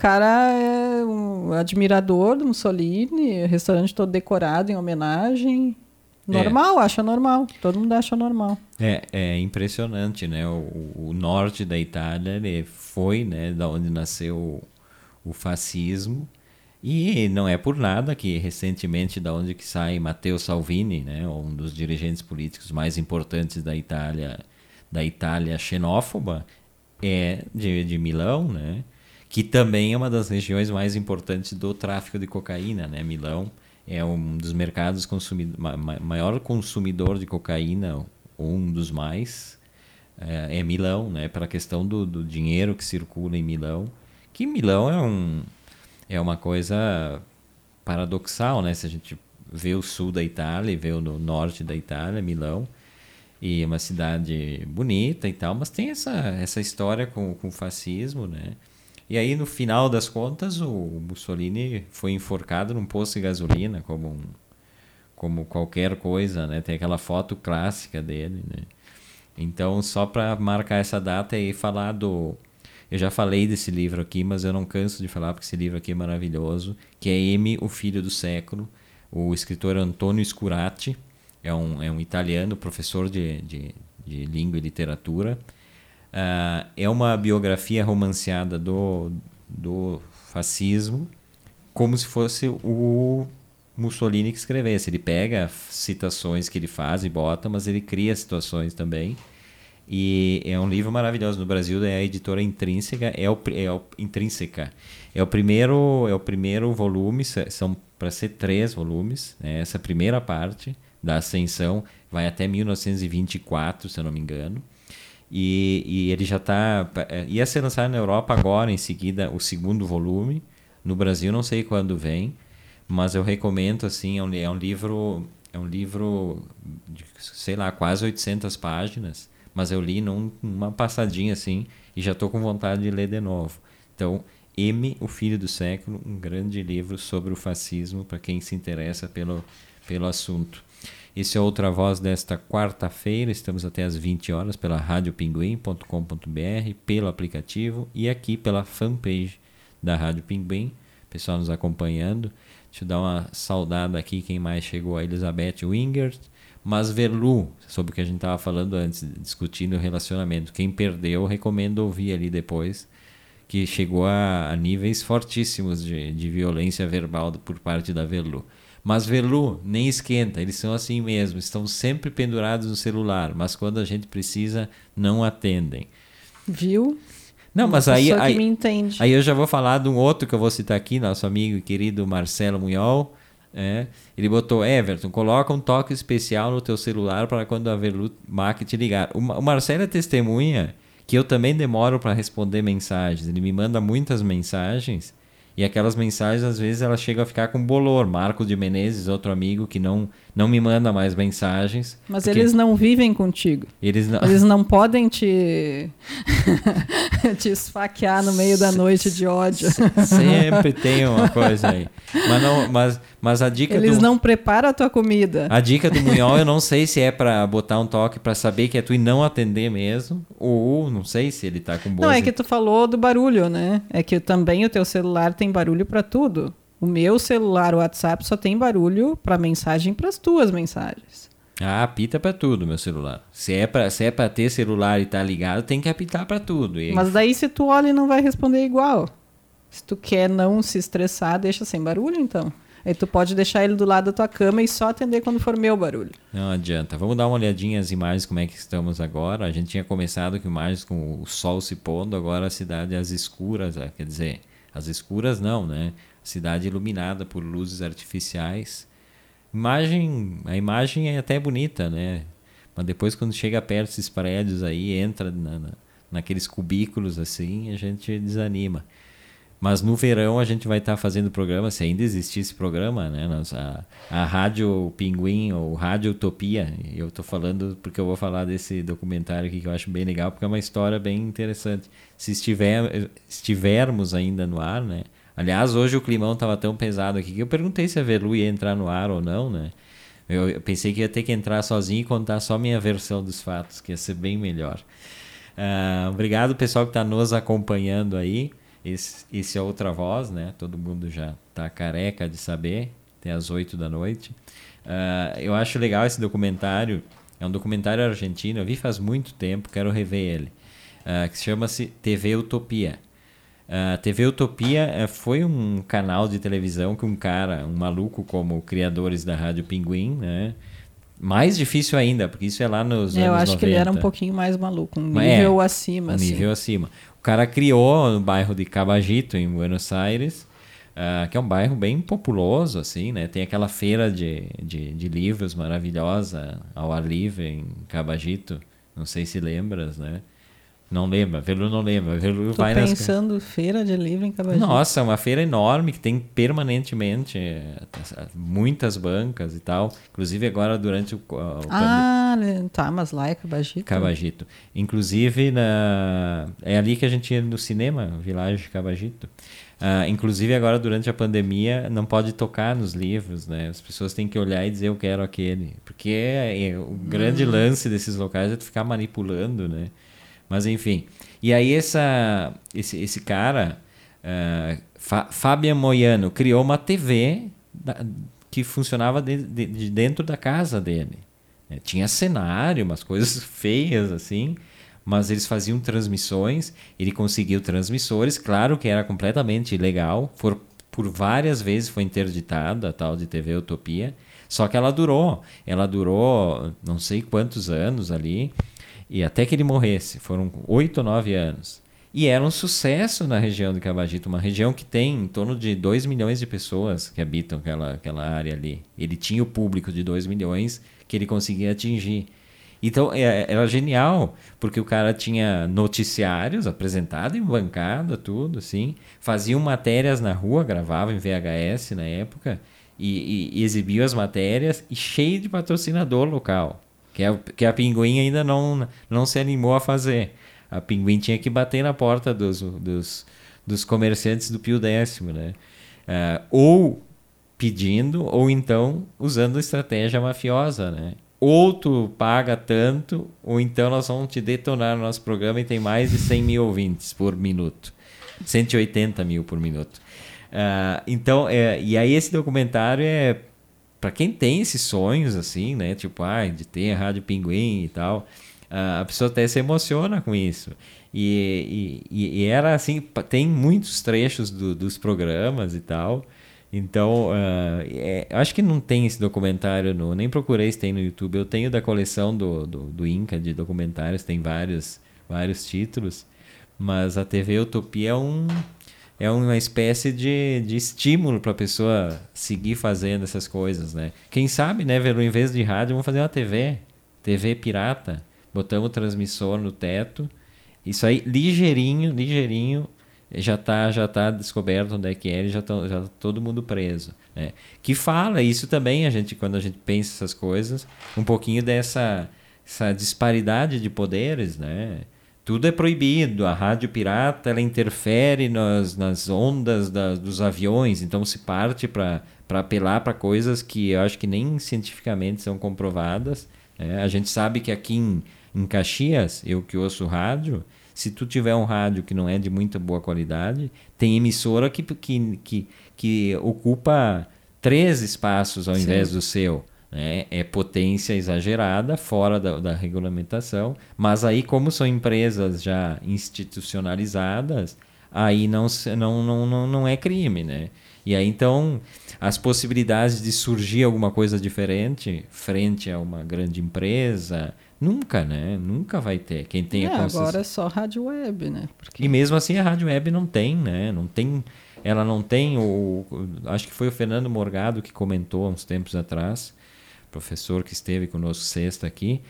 é um admirador do Mussolini, restaurante todo decorado em homenagem. Normal, acha normal. Todo mundo acha normal. É impressionante, né? O norte da Itália, ele foi, né, da onde nasceu o fascismo. E não é por nada que recentemente da onde que sai Matteo Salvini, né, um dos dirigentes políticos mais importantes da Itália xenófoba, é de Milão, né, que também é uma das regiões mais importantes do tráfico de cocaína, né? Milão é um dos mercados maior consumidor de cocaína, um dos mais, é Milão, né, pela questão do dinheiro que circula em Milão, que Milão é uma coisa paradoxal, né? Se a gente vê o sul da Itália e vê o norte da Itália, Milão, e é uma cidade bonita e tal, mas tem essa história com o fascismo, né? E aí, no final das contas, o Mussolini foi enforcado num posto de gasolina, como qualquer coisa, né? Tem aquela foto clássica dele, né? Então, só para marcar essa data e falar Eu já falei desse livro aqui, mas eu não canso de falar porque esse livro aqui é maravilhoso, que é M, o Filho do Século. O escritor Antonio Scurati é um italiano, professor de língua e literatura. É uma biografia romanceada do fascismo, como se fosse o Mussolini que escrevesse. Ele pega citações que ele faz e bota, mas ele cria situações também. E é um livro maravilhoso. No Brasil é a editora Intrínseca, Intrínseca. É o primeiro volume, são para ser 3 volumes, né? Essa primeira parte da Ascensão vai até 1924, se eu não me engano. E ele já ia ser lançado na Europa agora, em seguida, o segundo volume. No Brasil não sei quando vem, mas eu recomendo, assim, é um livro de, sei lá, quase 800 páginas. Mas eu li numa passadinha assim e já estou com vontade de ler de novo. Então, M, o Filho do Século, um grande livro sobre o fascismo para quem se interessa pelo assunto. Esse é Outra Voz desta quarta-feira, estamos até às 20 horas pela radiopinguim.com.br, pelo aplicativo e aqui pela fanpage da Rádio Pinguim. Pessoal nos acompanhando. Deixa eu dar uma saudada aqui, quem mais chegou, a Elizabeth Wingert. Mas Verlu, sobre o que a gente estava falando antes, discutindo o relacionamento. Quem perdeu, recomendo ouvir ali depois, que chegou a níveis fortíssimos de violência verbal por parte da Verlu. Mas Verlu, nem esquenta, eles são assim mesmo, estão sempre pendurados no celular, mas quando a gente precisa, não atendem. Viu? Não, mas aí me entende. Aí eu já vou falar de um outro que eu vou citar aqui, nosso amigo e querido Marcelo Munhol. Ele botou: Everton, coloca um toque especial no teu celular para quando a Verlumac te ligar. O Marcelo é testemunha que eu também demoro para responder mensagens. Ele me manda muitas mensagens E aquelas mensagens, às vezes, elas chegam a ficar com bolor. Marco de Menezes, outro amigo que não me manda mais mensagens. Mas eles não vivem contigo. Eles não podem te esfaquear no meio da noite de ódio. Sempre tem uma coisa aí. Mas a dica Eles não preparam a tua comida. A dica do Munhol, eu não sei se é para botar um toque para saber que é tu e não atender mesmo. Ou não sei se ele tá com boas... Não, é que tu falou do barulho, né? É que também o teu celular tem barulho para tudo. O meu celular, o WhatsApp, só tem barulho para mensagem, para as tuas mensagens. Ah, apita para tudo, meu celular. Se é para ter celular e tá ligado, tem que apitar para tudo. Mas daí se tu olha, não vai responder igual. Se tu quer não se estressar, deixa sem barulho, então. Aí tu pode deixar ele do lado da tua cama e só atender quando for meu barulho. Não adianta. Vamos dar uma olhadinha as imagens, como é que estamos agora. A gente tinha começado com imagens com o sol se pondo, agora a cidade às escuras. Quer dizer, às escuras não, né? Cidade iluminada por luzes artificiais. A imagem é até bonita, né? Mas depois quando chega perto desses prédios aí, entra naqueles cubículos assim, a gente desanima. Mas no verão a gente vai estar fazendo programa, se ainda existir esse programa, né? A Rádio Pinguim ou Rádio Utopia. Eu estou falando porque eu vou falar desse documentário aqui que eu acho bem legal, porque é uma história bem interessante. Se estivermos ainda no ar, né? Aliás, hoje o climão estava tão pesado aqui que eu perguntei se a Velu ia entrar no ar ou não, né? Eu pensei que ia ter que entrar sozinho e contar só minha versão dos fatos, que ia ser bem melhor. Obrigado, pessoal que está nos acompanhando aí. Esse é Outra Voz, né? Todo mundo já está careca de saber, até às 8 da noite. Eu acho legal esse documentário. É um documentário argentino, eu vi faz muito tempo, quero rever ele. Que chama-se TV Utopia. TV Utopia foi um canal de televisão que um maluco como criadores da Rádio Pinguim, né? Mais difícil ainda, porque isso é lá nos anos 90. Eu acho que ele era um pouquinho mais maluco, um nível acima. Nível acima. O cara criou no bairro de Cabagito, em Buenos Aires, que é um bairro bem populoso, assim, né? Tem aquela feira de livros maravilhosa ao ar livre em Cabagito. Não sei se lembras, né? Não lembra, Velu não lembra. Velu vai pensando feira de livro em Cabagito. Nossa, é uma feira enorme que tem permanentemente muitas bancas e tal. Inclusive agora durante o tá, mas lá é Cabagito. Cabagito. Inclusive é ali que a gente ia no cinema, Village Cabagito. Inclusive agora durante a pandemia não pode tocar nos livros, né? As pessoas têm que olhar e dizer eu quero aquele. Porque o grande lance desses locais é tu ficar manipulando, né? Mas enfim, e aí esse cara, Fabian Moiano, criou uma TV que funcionava de dentro da casa dele. Tinha cenário, umas coisas feias assim, mas eles faziam transmissões, ele conseguiu transmissores, claro que era completamente ilegal, por várias vezes foi interditada a tal de TV Utopia, só que ela durou não sei quantos anos ali, e até que ele morresse, foram 8 ou 9 anos. E era um sucesso na região de Cabagito, uma região que tem em torno de 2 milhões de pessoas que habitam aquela área ali. Ele tinha o público de 2 milhões que ele conseguia atingir. Então era genial, porque o cara tinha noticiários apresentado em bancada, tudo assim. Faziam matérias na rua, gravava em VHS na época, e exibia as matérias, e cheio de patrocinador local. Que a Pinguim ainda não se animou a fazer. A Pinguim tinha que bater na porta dos comerciantes do Pio Décimo, né? Ou pedindo, ou então usando estratégia mafiosa, né? Ou tu paga tanto, ou então nós vamos te detonar no nosso programa e tem mais de 100 mil ouvintes por minuto. 180 mil por minuto. Então, e aí esse documentário para quem tem esses sonhos, assim, né? Tipo, de ter a Rádio Pinguim e tal, a pessoa até se emociona com isso. E era assim, tem muitos trechos dos programas e tal. Então, acho que não tem esse documentário, nem procurei se tem no YouTube. Eu tenho da coleção do Inca de documentários, tem vários títulos. Mas a TV Utopia é uma espécie de estímulo para a pessoa seguir fazendo essas coisas, né? Quem sabe, né, Velu, em vez de rádio, vamos fazer uma TV pirata. Botamos o transmissor no teto. Isso aí, ligeirinho, já tá descoberto onde é que é, e já tá todo mundo preso, né? Que fala isso também, quando a gente pensa essas coisas, um pouquinho dessa essa disparidade de poderes, né? Tudo é proibido, a rádio pirata ela interfere nas ondas dos aviões, então se parte para apelar para coisas que eu acho que nem cientificamente são comprovadas, né? A gente sabe que aqui em Caxias, eu que ouço rádio, se tu tiver um rádio que não é de muita boa qualidade, tem emissora que ocupa 3 espaços ao invés do seu, né? É potência exagerada, fora da regulamentação, mas aí como são empresas já institucionalizadas, aí não é crime, né? E aí então as possibilidades de surgir alguma coisa diferente frente a uma grande empresa, nunca, né? Nunca vai ter. Quem tem a concessão. Agora é só rádio web, né? E mesmo assim a rádio web não tem, né? Ela não tem acho que foi o Fernando Morgado que comentou há uns tempos atrás, professor que esteve conosco sexta aqui,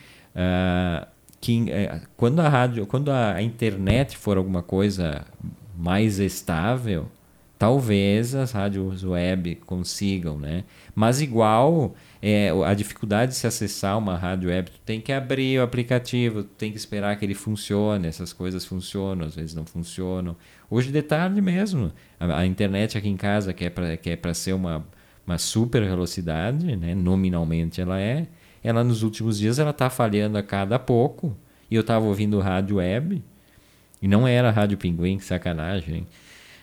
quando a internet for alguma coisa mais estável, talvez as rádios web consigam, né? Mas igual, a dificuldade de se acessar uma rádio web, tu tem que abrir o aplicativo, tu tem que esperar que ele funcione, essas coisas funcionam, às vezes não funcionam. Hoje de tarde mesmo, a internet aqui em casa, que é para ser uma super velocidade, né? Nominalmente ela nos últimos dias ela está falhando a cada pouco, e eu estava ouvindo rádio web, e não era Rádio Pinguim, que sacanagem, hein?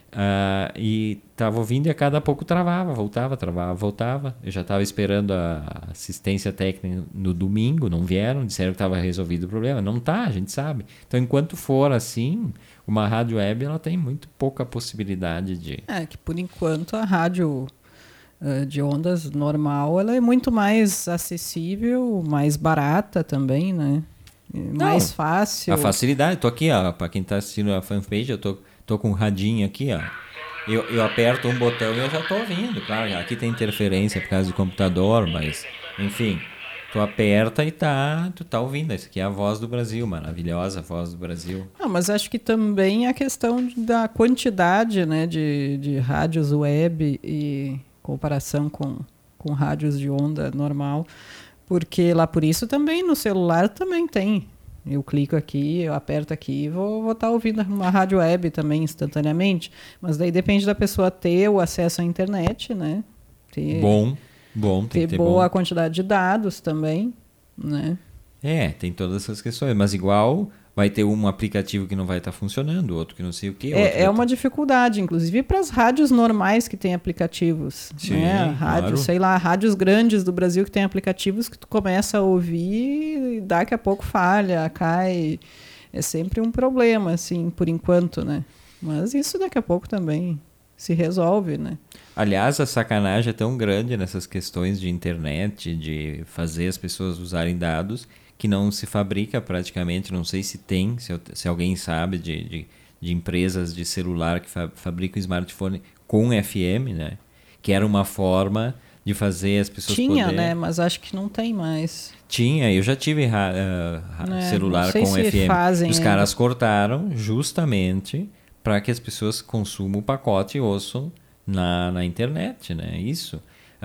E estava ouvindo e a cada pouco travava, voltava. Eu já estava esperando a assistência técnica no domingo, não vieram, disseram que estava resolvido o problema. Não está, a gente sabe. Então, enquanto for assim, uma rádio web ela tem muito pouca possibilidade de... que por enquanto a rádio de ondas normal ela é muito mais acessível, mais barata também, né? Mais fácil. A facilidade, estou aqui, para quem está assistindo a fanpage, eu tô com um radinho aqui, ó. Eu aperto um botão e eu já estou ouvindo, claro. Aqui tem interferência por causa do computador, mas, enfim, tu aperta e tu tá ouvindo. Essa aqui é a Voz do Brasil, maravilhosa Voz do Brasil. Mas acho que também a questão da quantidade, né, de rádios web e comparação com rádios de onda normal, porque lá por isso também no celular também tem. Eu clico aqui, eu aperto aqui e vou estar ouvindo uma rádio web também instantaneamente. Mas daí depende da pessoa ter o acesso à internet, né? Bom. Tem ter boa quantidade de dados também, né? Tem todas essas questões. Mas igual vai ter um aplicativo que não vai estar funcionando, outro que não sei o quê. É uma dificuldade, inclusive para as rádios normais que têm aplicativos. Sim, né? claro. Sei lá, rádios grandes do Brasil que têm aplicativos que tu começa a ouvir e daqui a pouco falha, cai. É sempre um problema, assim, por enquanto, né? Mas isso daqui a pouco também se resolve, né? Aliás, a sacanagem é tão grande nessas questões de internet, de fazer as pessoas usarem dados, que não se fabrica praticamente, não sei se alguém sabe de empresas de celular que fabricam smartphone com FM, né? Que era uma forma de fazer as pessoas Tinha, né? Mas acho que não tem mais. Tinha, eu já tive celular com FM. Os caras cortaram justamente para que as pessoas consumam o pacote e ouçam na internet, né? Isso.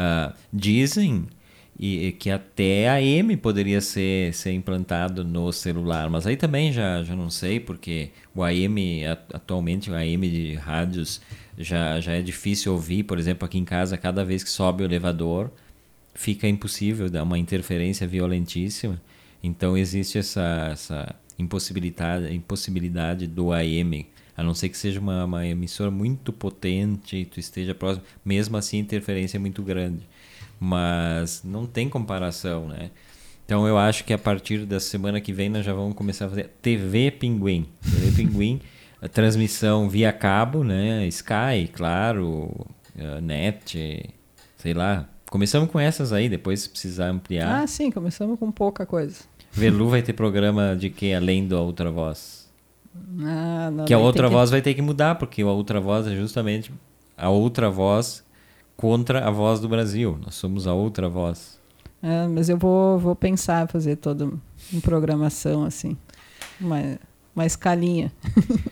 Dizem que até a AM poderia ser implantado no celular, mas aí também já não sei, porque o AM, atualmente o AM de rádios já é difícil ouvir. Por exemplo, aqui em casa, cada vez que sobe o elevador, fica impossível, dá uma interferência violentíssima. Então existe essa impossibilidade do AM, a não ser que seja uma emissora muito potente e tu esteja próximo, mesmo assim a interferência é muito grande. Mas não tem comparação, né? Então eu acho que a partir da semana que vem nós já vamos começar a fazer TV Pinguim. TV Pinguim, a transmissão via cabo, né? Sky, claro, net, sei lá. Começamos com essas aí, depois se precisar ampliar. Sim, começamos com pouca coisa. Velu vai ter programa de quê? Além do Outra Voz? Não, que a Outra Voz vai ter que mudar, porque a Outra Voz é justamente a outra voz contra a Voz do Brasil. Nós somos a outra voz. Mas eu vou pensar, fazer toda uma programação assim, uma escalinha.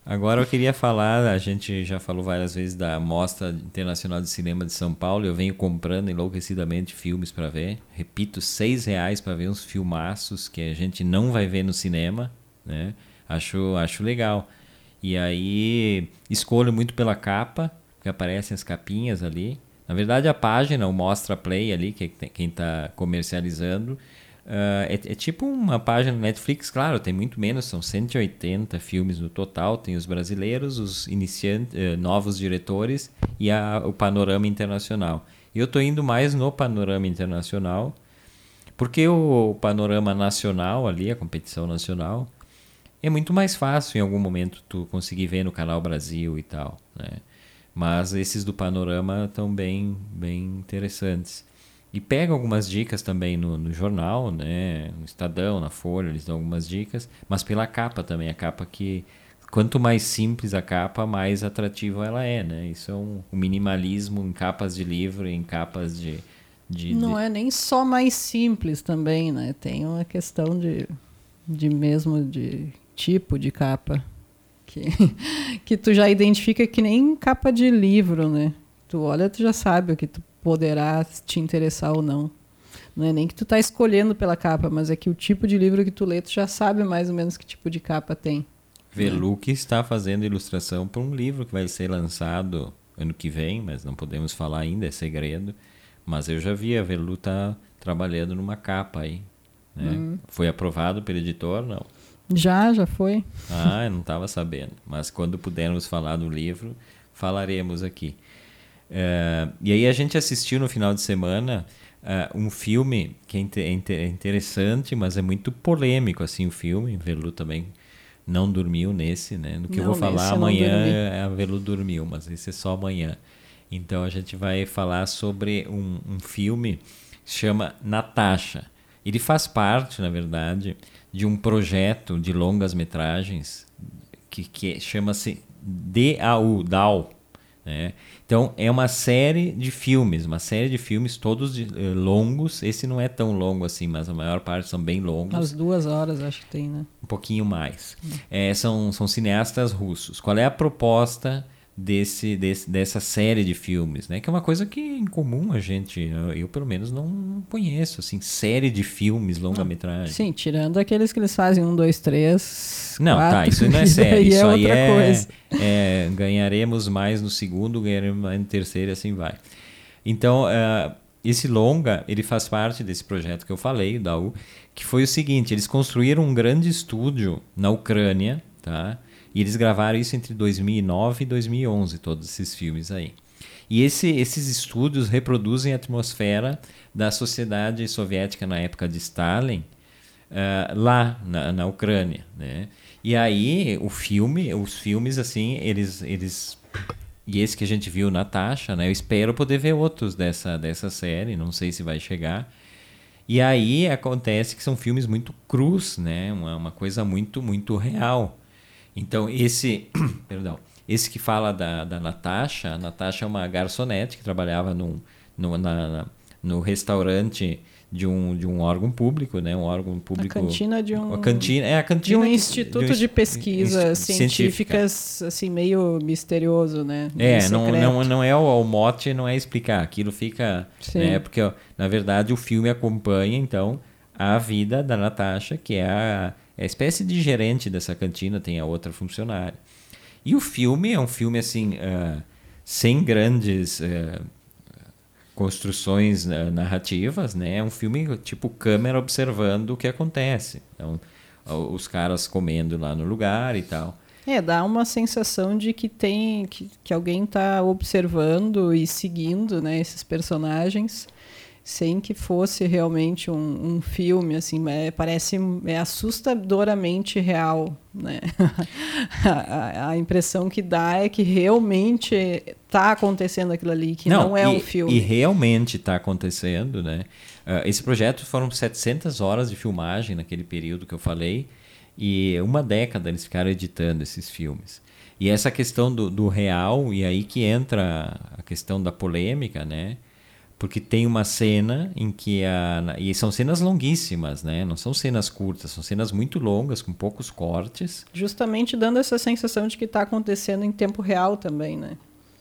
Agora eu queria falar, a gente já falou várias vezes da Mostra Internacional de Cinema de São Paulo, eu venho comprando enlouquecidamente filmes para ver, repito, R$6 para ver uns filmaços que a gente não vai ver no cinema, né? Acho legal. E aí escolho muito pela capa, porque aparecem as capinhas ali. Na verdade a página, o Mostra Play ali, que é quem está comercializando, é tipo uma página do Netflix, claro, tem muito menos, são 180 filmes no total, tem os brasileiros, os iniciantes, novos diretores e o panorama internacional. E eu estou indo mais no panorama internacional, porque o panorama nacional ali, a competição nacional, é muito mais fácil em algum momento tu conseguir ver no Canal Brasil e tal, né? Mas esses do panorama estão bem interessantes. E pega algumas dicas também no jornal, né? No Estadão, na Folha, eles dão algumas dicas, mas pela capa também, a capa que quanto mais simples a capa, mais atrativa ela é, né? Isso é um minimalismo em capas de livro, em capas de Não é nem só mais simples também, né? Tem uma questão de mesmo de tipo de capa que tu já identifica que nem capa de livro, né? Tu olha, tu já sabe o que tu poderá te interessar ou não. Não é nem que tu tá escolhendo pela capa, mas é que o tipo de livro que tu lê, tu já sabe mais ou menos que tipo de capa tem. Velu que está fazendo ilustração para um livro que vai ser lançado ano que vem, mas não podemos falar ainda, é segredo. Mas eu já vi, a Velu tá trabalhando numa capa aí, né? Foi aprovado pelo editor? Não. Já foi. Ah, eu não estava sabendo. Mas quando pudermos falar do livro, falaremos aqui. E aí a gente assistiu no final de semana um filme que é interessante, mas é muito polêmico assim, o filme. A Velu também não dormiu nesse, né? No que eu vou falar amanhã, a Velu dormiu, mas esse é só amanhã. Então a gente vai falar sobre um filme que se chama Natasha. Ele faz parte, na verdade, de um projeto de longas metragens que chama-se DAU, né? Então é uma série de filmes todos longos. Esse não é tão longo assim, mas a maior parte são bem longos. As 2 horas acho que tem, né? Um pouquinho mais. São cineastas russos. Qual é a proposta dessa série de filmes, né? Que é uma coisa que em comum a gente, eu pelo menos não conheço, assim, série de filmes, longa-metragem. Sim, tirando aqueles que eles fazem 1, 2, 3, não, 4, tá, isso não é série, isso aí outra coisa. Ganharemos mais no segundo, ganharemos mais no terceiro e assim vai. Então, esse longa, ele faz parte desse projeto que eu falei, o DAU, que foi o seguinte, eles construíram um grande estúdio na Ucrânia, tá? E eles gravaram isso entre 2009 e 2011, todos esses filmes aí. E esses estúdios reproduzem a atmosfera da sociedade soviética na época de Stalin, lá na Ucrânia, né? E aí os filmes assim, eles e esse que a gente viu, Natasha, né? Eu espero poder ver outros dessa série, não sei se vai chegar. E aí acontece que são filmes muito crus, né? Uma coisa muito, muito real. Então, esse que fala da Natasha, a Natasha é uma garçonete que trabalhava no restaurante de um órgão público, né? Um órgão público. A cantina de um. A cantina de um instituto de pesquisas científicas, assim, meio misterioso, né? Não é o mote, não é explicar. Aquilo fica. Né? Porque, na verdade, o filme acompanha, então, a vida da Natasha, que é a espécie de gerente dessa cantina, tem a outra funcionária. E o filme é um filme assim, sem grandes construções narrativas, né? É um filme tipo câmera observando o que acontece. Então, os caras comendo lá no lugar e tal. Dá uma sensação de que alguém está observando e seguindo, né, esses personagens, sem que fosse realmente um filme, assim, parece assustadoramente real, né? a impressão que dá é que realmente está acontecendo aquilo ali, que não é um filme. E realmente está acontecendo, né? Esse projeto foram 700 horas de filmagem naquele período que eu falei, e uma década eles ficaram editando esses filmes. E essa questão do real, e aí que entra a questão da polêmica, né? Porque tem uma cena em que e são cenas longuíssimas, né? Não são cenas curtas, são cenas muito longas, com poucos cortes. Justamente dando essa sensação de que está acontecendo em tempo real também, né?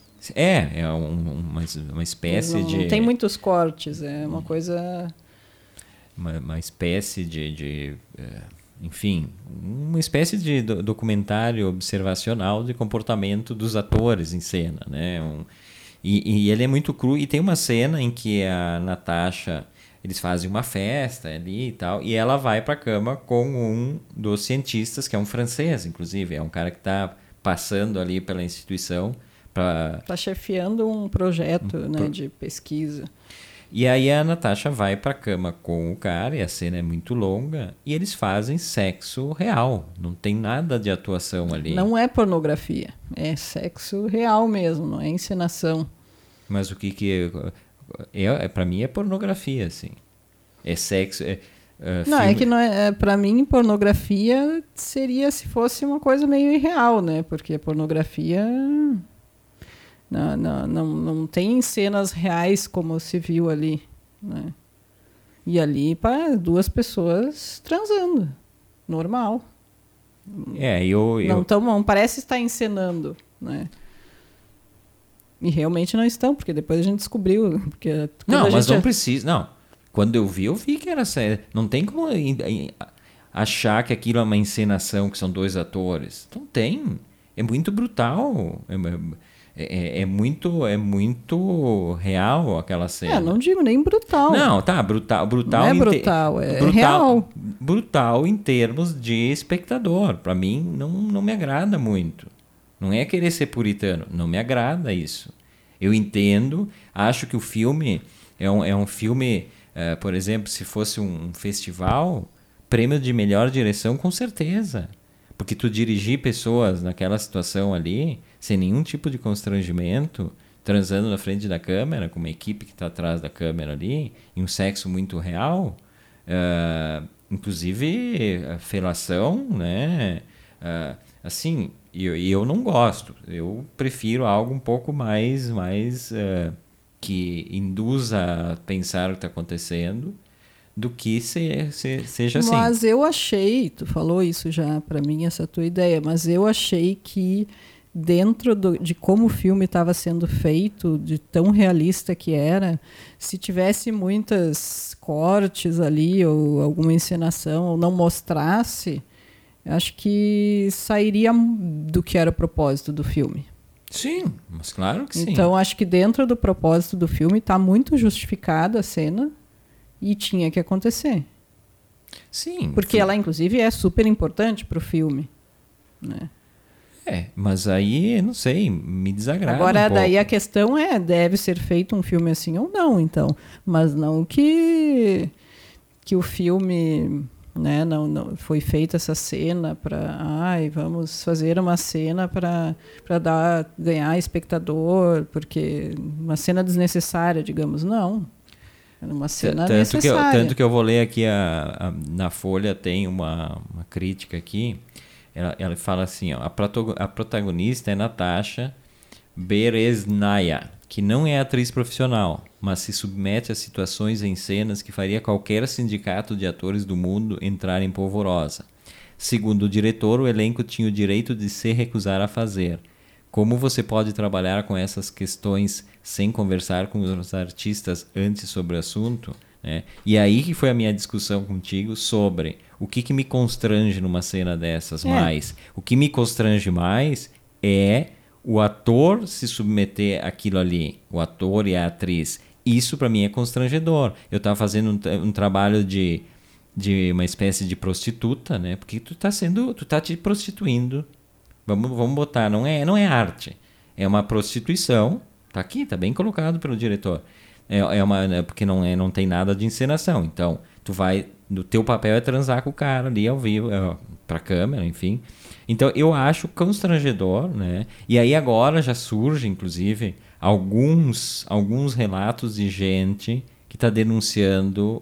Uma espécie de... Não tem muitos cortes, é uma coisa... Uma espécie enfim, uma espécie de documentário observacional de comportamento dos atores em cena, né? E ele é muito cru, e tem uma cena em que a Natasha, eles fazem uma festa ali e tal, e ela vai para a cama com um dos cientistas, que é um francês, inclusive, é um cara que está passando ali pela instituição para... Está chefiando um projeto, né, de pesquisa. E aí a Natasha vai para a cama com o cara, e a cena é muito longa, e eles fazem sexo real, não tem nada de atuação ali. Não é pornografia, é sexo real mesmo, não é encenação. Mas o que para mim é pornografia, assim. É sexo... Não, filme... é que não é, para mim pornografia seria se fosse uma coisa meio irreal, né? Porque a pornografia não tem cenas reais como se viu ali, né? E ali para duas pessoas transando, normal. Não parece estar encenando, né? E realmente não estão, porque depois a gente descobriu. Porque não precisa. Não. Quando eu vi que era sério. Não tem como achar que aquilo é uma encenação, que são dois atores. Não tem. É muito brutal. É muito real aquela cena. Não digo nem brutal. Não, tá. Brutal não é brutal, é real. Brutal em termos de espectador. Para mim, não me agrada muito. Não é querer ser puritano, não me agrada isso. Eu entendo, acho que o filme é um filme, por exemplo, se fosse um festival, prêmio de melhor direção com certeza. Porque tu dirigir pessoas naquela situação ali, sem nenhum tipo de constrangimento, transando na frente da câmera, com uma equipe que está atrás da câmera ali, em um sexo muito real, inclusive a felação, né? Assim... E eu não gosto. Eu prefiro algo um pouco mais que induza a pensar o que está acontecendo do que seja assim. Mas eu achei, tu falou isso já para mim, essa tua ideia, mas eu achei que dentro de como o filme estava sendo feito, de tão realista que era, se tivesse muitos cortes ali ou alguma encenação, ou não mostrasse... Acho que sairia do que era o propósito do filme. Sim, mas claro que sim. Então, acho que dentro do propósito do filme está muito justificada a cena e tinha que acontecer. Sim. Porque ela, inclusive, é super importante para o filme, né? Mas aí, não sei, me desagrada Agora, um daí pouco. a questão é, deve ser feito um filme assim ou não, então. Mas não que o filme... Né? Não foi feita essa cena para vamos fazer uma cena para ganhar espectador, porque uma cena desnecessária, digamos, não. É uma cena necessária. Tanto que eu vou ler aqui na Folha, tem uma crítica aqui, ela fala assim, ó, a protagonista é Natasha Berezhnaya, que não é atriz profissional, mas se submete a situações em cenas que faria qualquer sindicato de atores do mundo entrar em polvorosa. Segundo o diretor, o elenco tinha o direito de se recusar a fazer. Como você pode trabalhar com essas questões sem conversar com os artistas antes sobre o assunto? Né? E aí que foi a minha discussão contigo sobre o que me constrange numa cena dessas mais. O que me constrange mais é o ator se submeter àquilo ali, o ator e a atriz. Isso para mim é constrangedor. Eu estava fazendo um trabalho de uma espécie de prostituta, né? Porque tu tá te prostituindo. Vamos botar, não é arte. É uma prostituição. Tá aqui, tá bem colocado pelo diretor. Porque não tem nada de encenação. Então, o teu papel é transar com o cara ali ao vivo, pra câmera, enfim. Então, eu acho constrangedor, né? E aí agora já surge, inclusive, alguns relatos de gente que está denunciando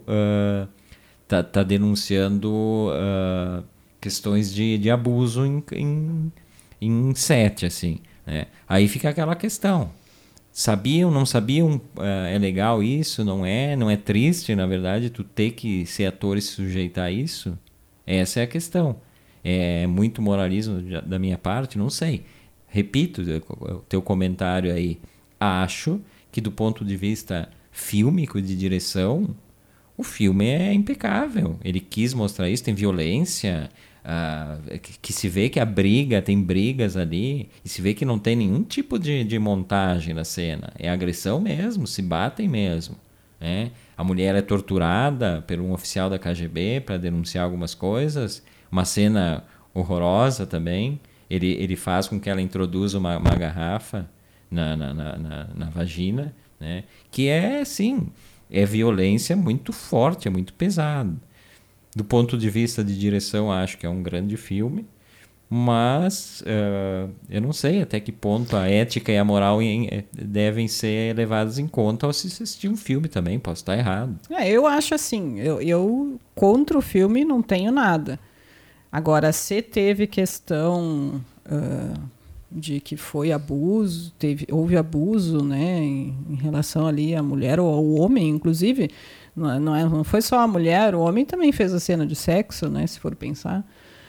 questões de abuso em set, assim, né? Aí fica aquela questão. Sabiam, não sabiam, é legal isso, não é triste, na verdade, tu ter que ser ator e se sujeitar a isso? Essa é a questão. É muito moralismo da minha parte? Não sei. Repito o teu comentário aí. Acho que do ponto de vista fílmico, de direção, o filme é impecável. Ele quis mostrar isso, tem violência, que se vê que tem brigas ali, e se vê que não tem nenhum tipo de montagem na cena. É agressão mesmo, se batem mesmo. Né? A mulher é torturada por um oficial da KGB para denunciar algumas coisas. Uma cena horrorosa também. Ele faz com que ela introduza uma garrafa na vagina, né? Que é, sim, é violência muito forte, é muito pesado. Do ponto de vista de direção, acho que é um grande filme, mas eu não sei até que ponto a ética e a moral devem ser levadas em conta ao se assistir um filme também. Posso estar errado. Eu acho assim, eu contra o filme não tenho nada. Agora, se teve questão de que foi abuso, houve abuso, né, em relação ali à mulher ou ao homem, inclusive, não foi só a mulher, o homem também fez a cena de sexo, né, se for pensar.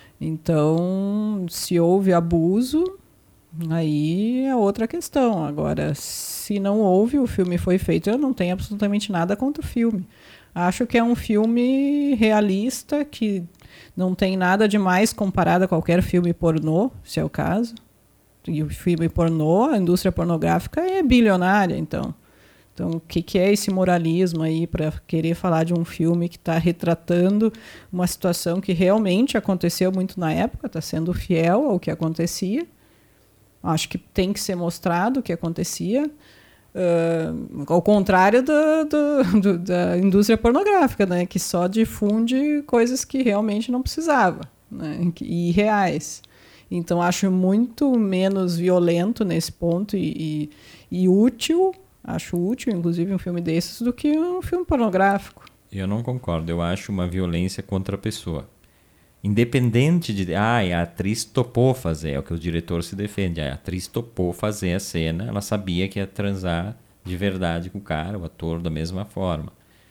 Então, se houve abuso, aí é outra questão. Agora, se não houve, o filme foi feito, eu não tenho absolutamente nada contra o filme. Acho que é um filme realista, que não tem nada demais comparado a qualquer filme pornô, se é o caso. E o filme pornô, a indústria pornográfica é bilionária, então. Então, o que é esse moralismo aí para querer falar de um filme que está retratando uma situação que realmente aconteceu muito na época, está sendo fiel ao que acontecia. Acho que tem que ser mostrado o que acontecia. Ao contrário da indústria pornográfica, né, que só difunde coisas que realmente não precisava, né, e irreais. Então, acho muito menos violento nesse ponto e útil. Acho útil, inclusive, um filme desses do que um filme pornográfico. Eu não concordo. Eu acho uma violência contra a pessoa. Independente de... a atriz topou fazer. É o que o diretor se defende. A atriz topou fazer a cena. Ela sabia que ia transar de verdade com o cara, o ator, da mesma forma.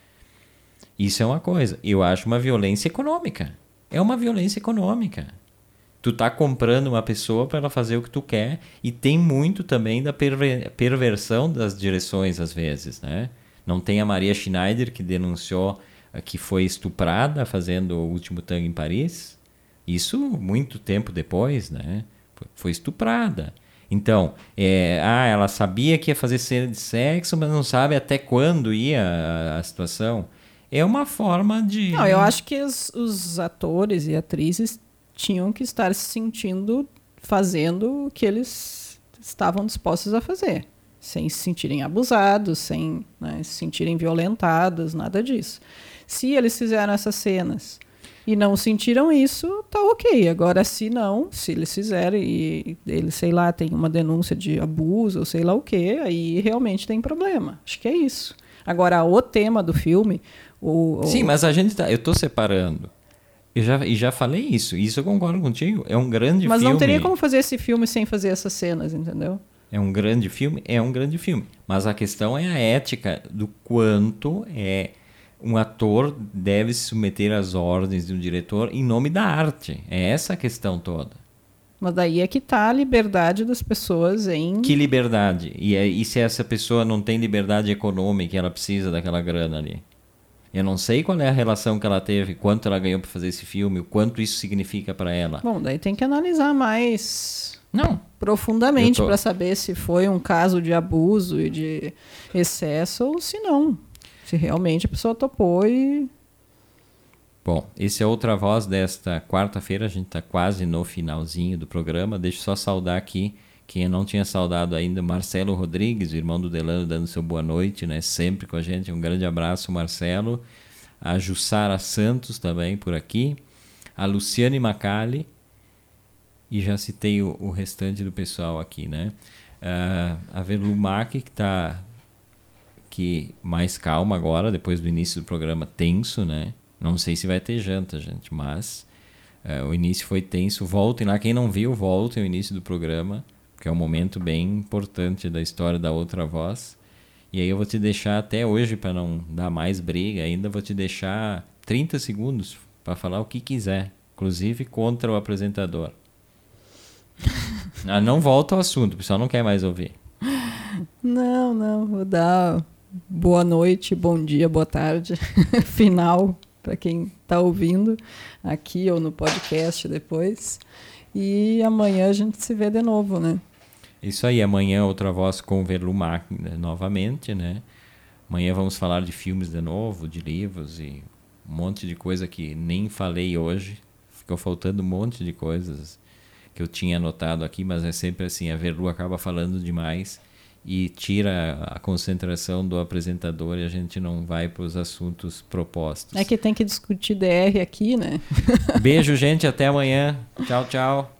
Isso é uma coisa. Eu acho uma violência econômica. É uma violência econômica. Tu tá comprando uma pessoa para ela fazer o que tu quer, e tem muito também da perversão das direções às vezes, né? Não tem a Maria Schneider que denunciou que foi estuprada fazendo O Último Tango em Paris? Isso muito tempo depois, né? Foi estuprada. Então, ela sabia que ia fazer cena de sexo, mas não sabe até quando ia a situação. É uma forma de... Não, eu acho que os atores e atrizes tinham que estar se sentindo fazendo o que eles estavam dispostos a fazer, sem se sentirem abusados, sem, né, se sentirem violentados, nada disso. Se eles fizeram essas cenas e não sentiram isso, tá ok. Agora, se não, se eles fizerem e eles, sei lá, tem uma denúncia de abuso ou sei lá o quê, aí realmente tem problema. Acho que é isso. Agora, o tema do filme... Sim, mas eu tô separando. Eu já falei isso. Isso eu concordo contigo. É um grande filme. Mas não teria como fazer esse filme sem fazer essas cenas, entendeu? É um grande filme? É um grande filme. Mas a questão é a ética do quanto um ator deve se submeter às ordens de um diretor em nome da arte. É essa a questão toda. Mas daí é que está a liberdade das pessoas em... Que liberdade? E se essa pessoa não tem liberdade econômica, ela precisa daquela grana ali? Eu não sei qual é a relação que ela teve, quanto ela ganhou para fazer esse filme, o quanto isso significa para ela. Bom, daí tem que analisar mais profundamente para saber se foi um caso de abuso e de excesso ou se não. Se realmente a pessoa topou e... Bom, esse é Outra Voz desta quarta-feira. A gente está quase no finalzinho do programa. Deixa eu só saudar aqui quem eu não tinha saudado ainda, Marcelo Rodrigues, o irmão do Delano, dando seu boa noite, né? Sempre com a gente. Um grande abraço, Marcelo. A Jussara Santos também por aqui. A Luciane Macali. E já citei o restante do pessoal aqui, né? A Verlumac, que está mais calma agora, depois do início do programa tenso, né? Não sei se vai ter janta, gente, mas o início foi tenso. Voltem lá. Quem não viu, voltem o início do programa. que é um momento bem importante da história da Outra Voz. E aí eu vou te deixar até hoje, para não dar mais briga ainda, vou te deixar 30 segundos para falar o que quiser, inclusive contra o apresentador. Não volta ao assunto, o pessoal não quer mais ouvir. Não, vou dar boa noite, bom dia, boa tarde, final, para quem está ouvindo aqui ou no podcast depois. E amanhã a gente se vê de novo, né? Isso aí, amanhã Outra Voz com Verlumac novamente, né? Amanhã vamos falar de filmes de novo, de livros e um monte de coisa que nem falei hoje. Ficou faltando um monte de coisas que eu tinha anotado aqui, mas é sempre assim, a Verlu acaba falando demais e tira a concentração do apresentador e a gente não vai para os assuntos propostos. É que tem que discutir DR aqui, né? Beijo, gente, até amanhã. Tchau, tchau.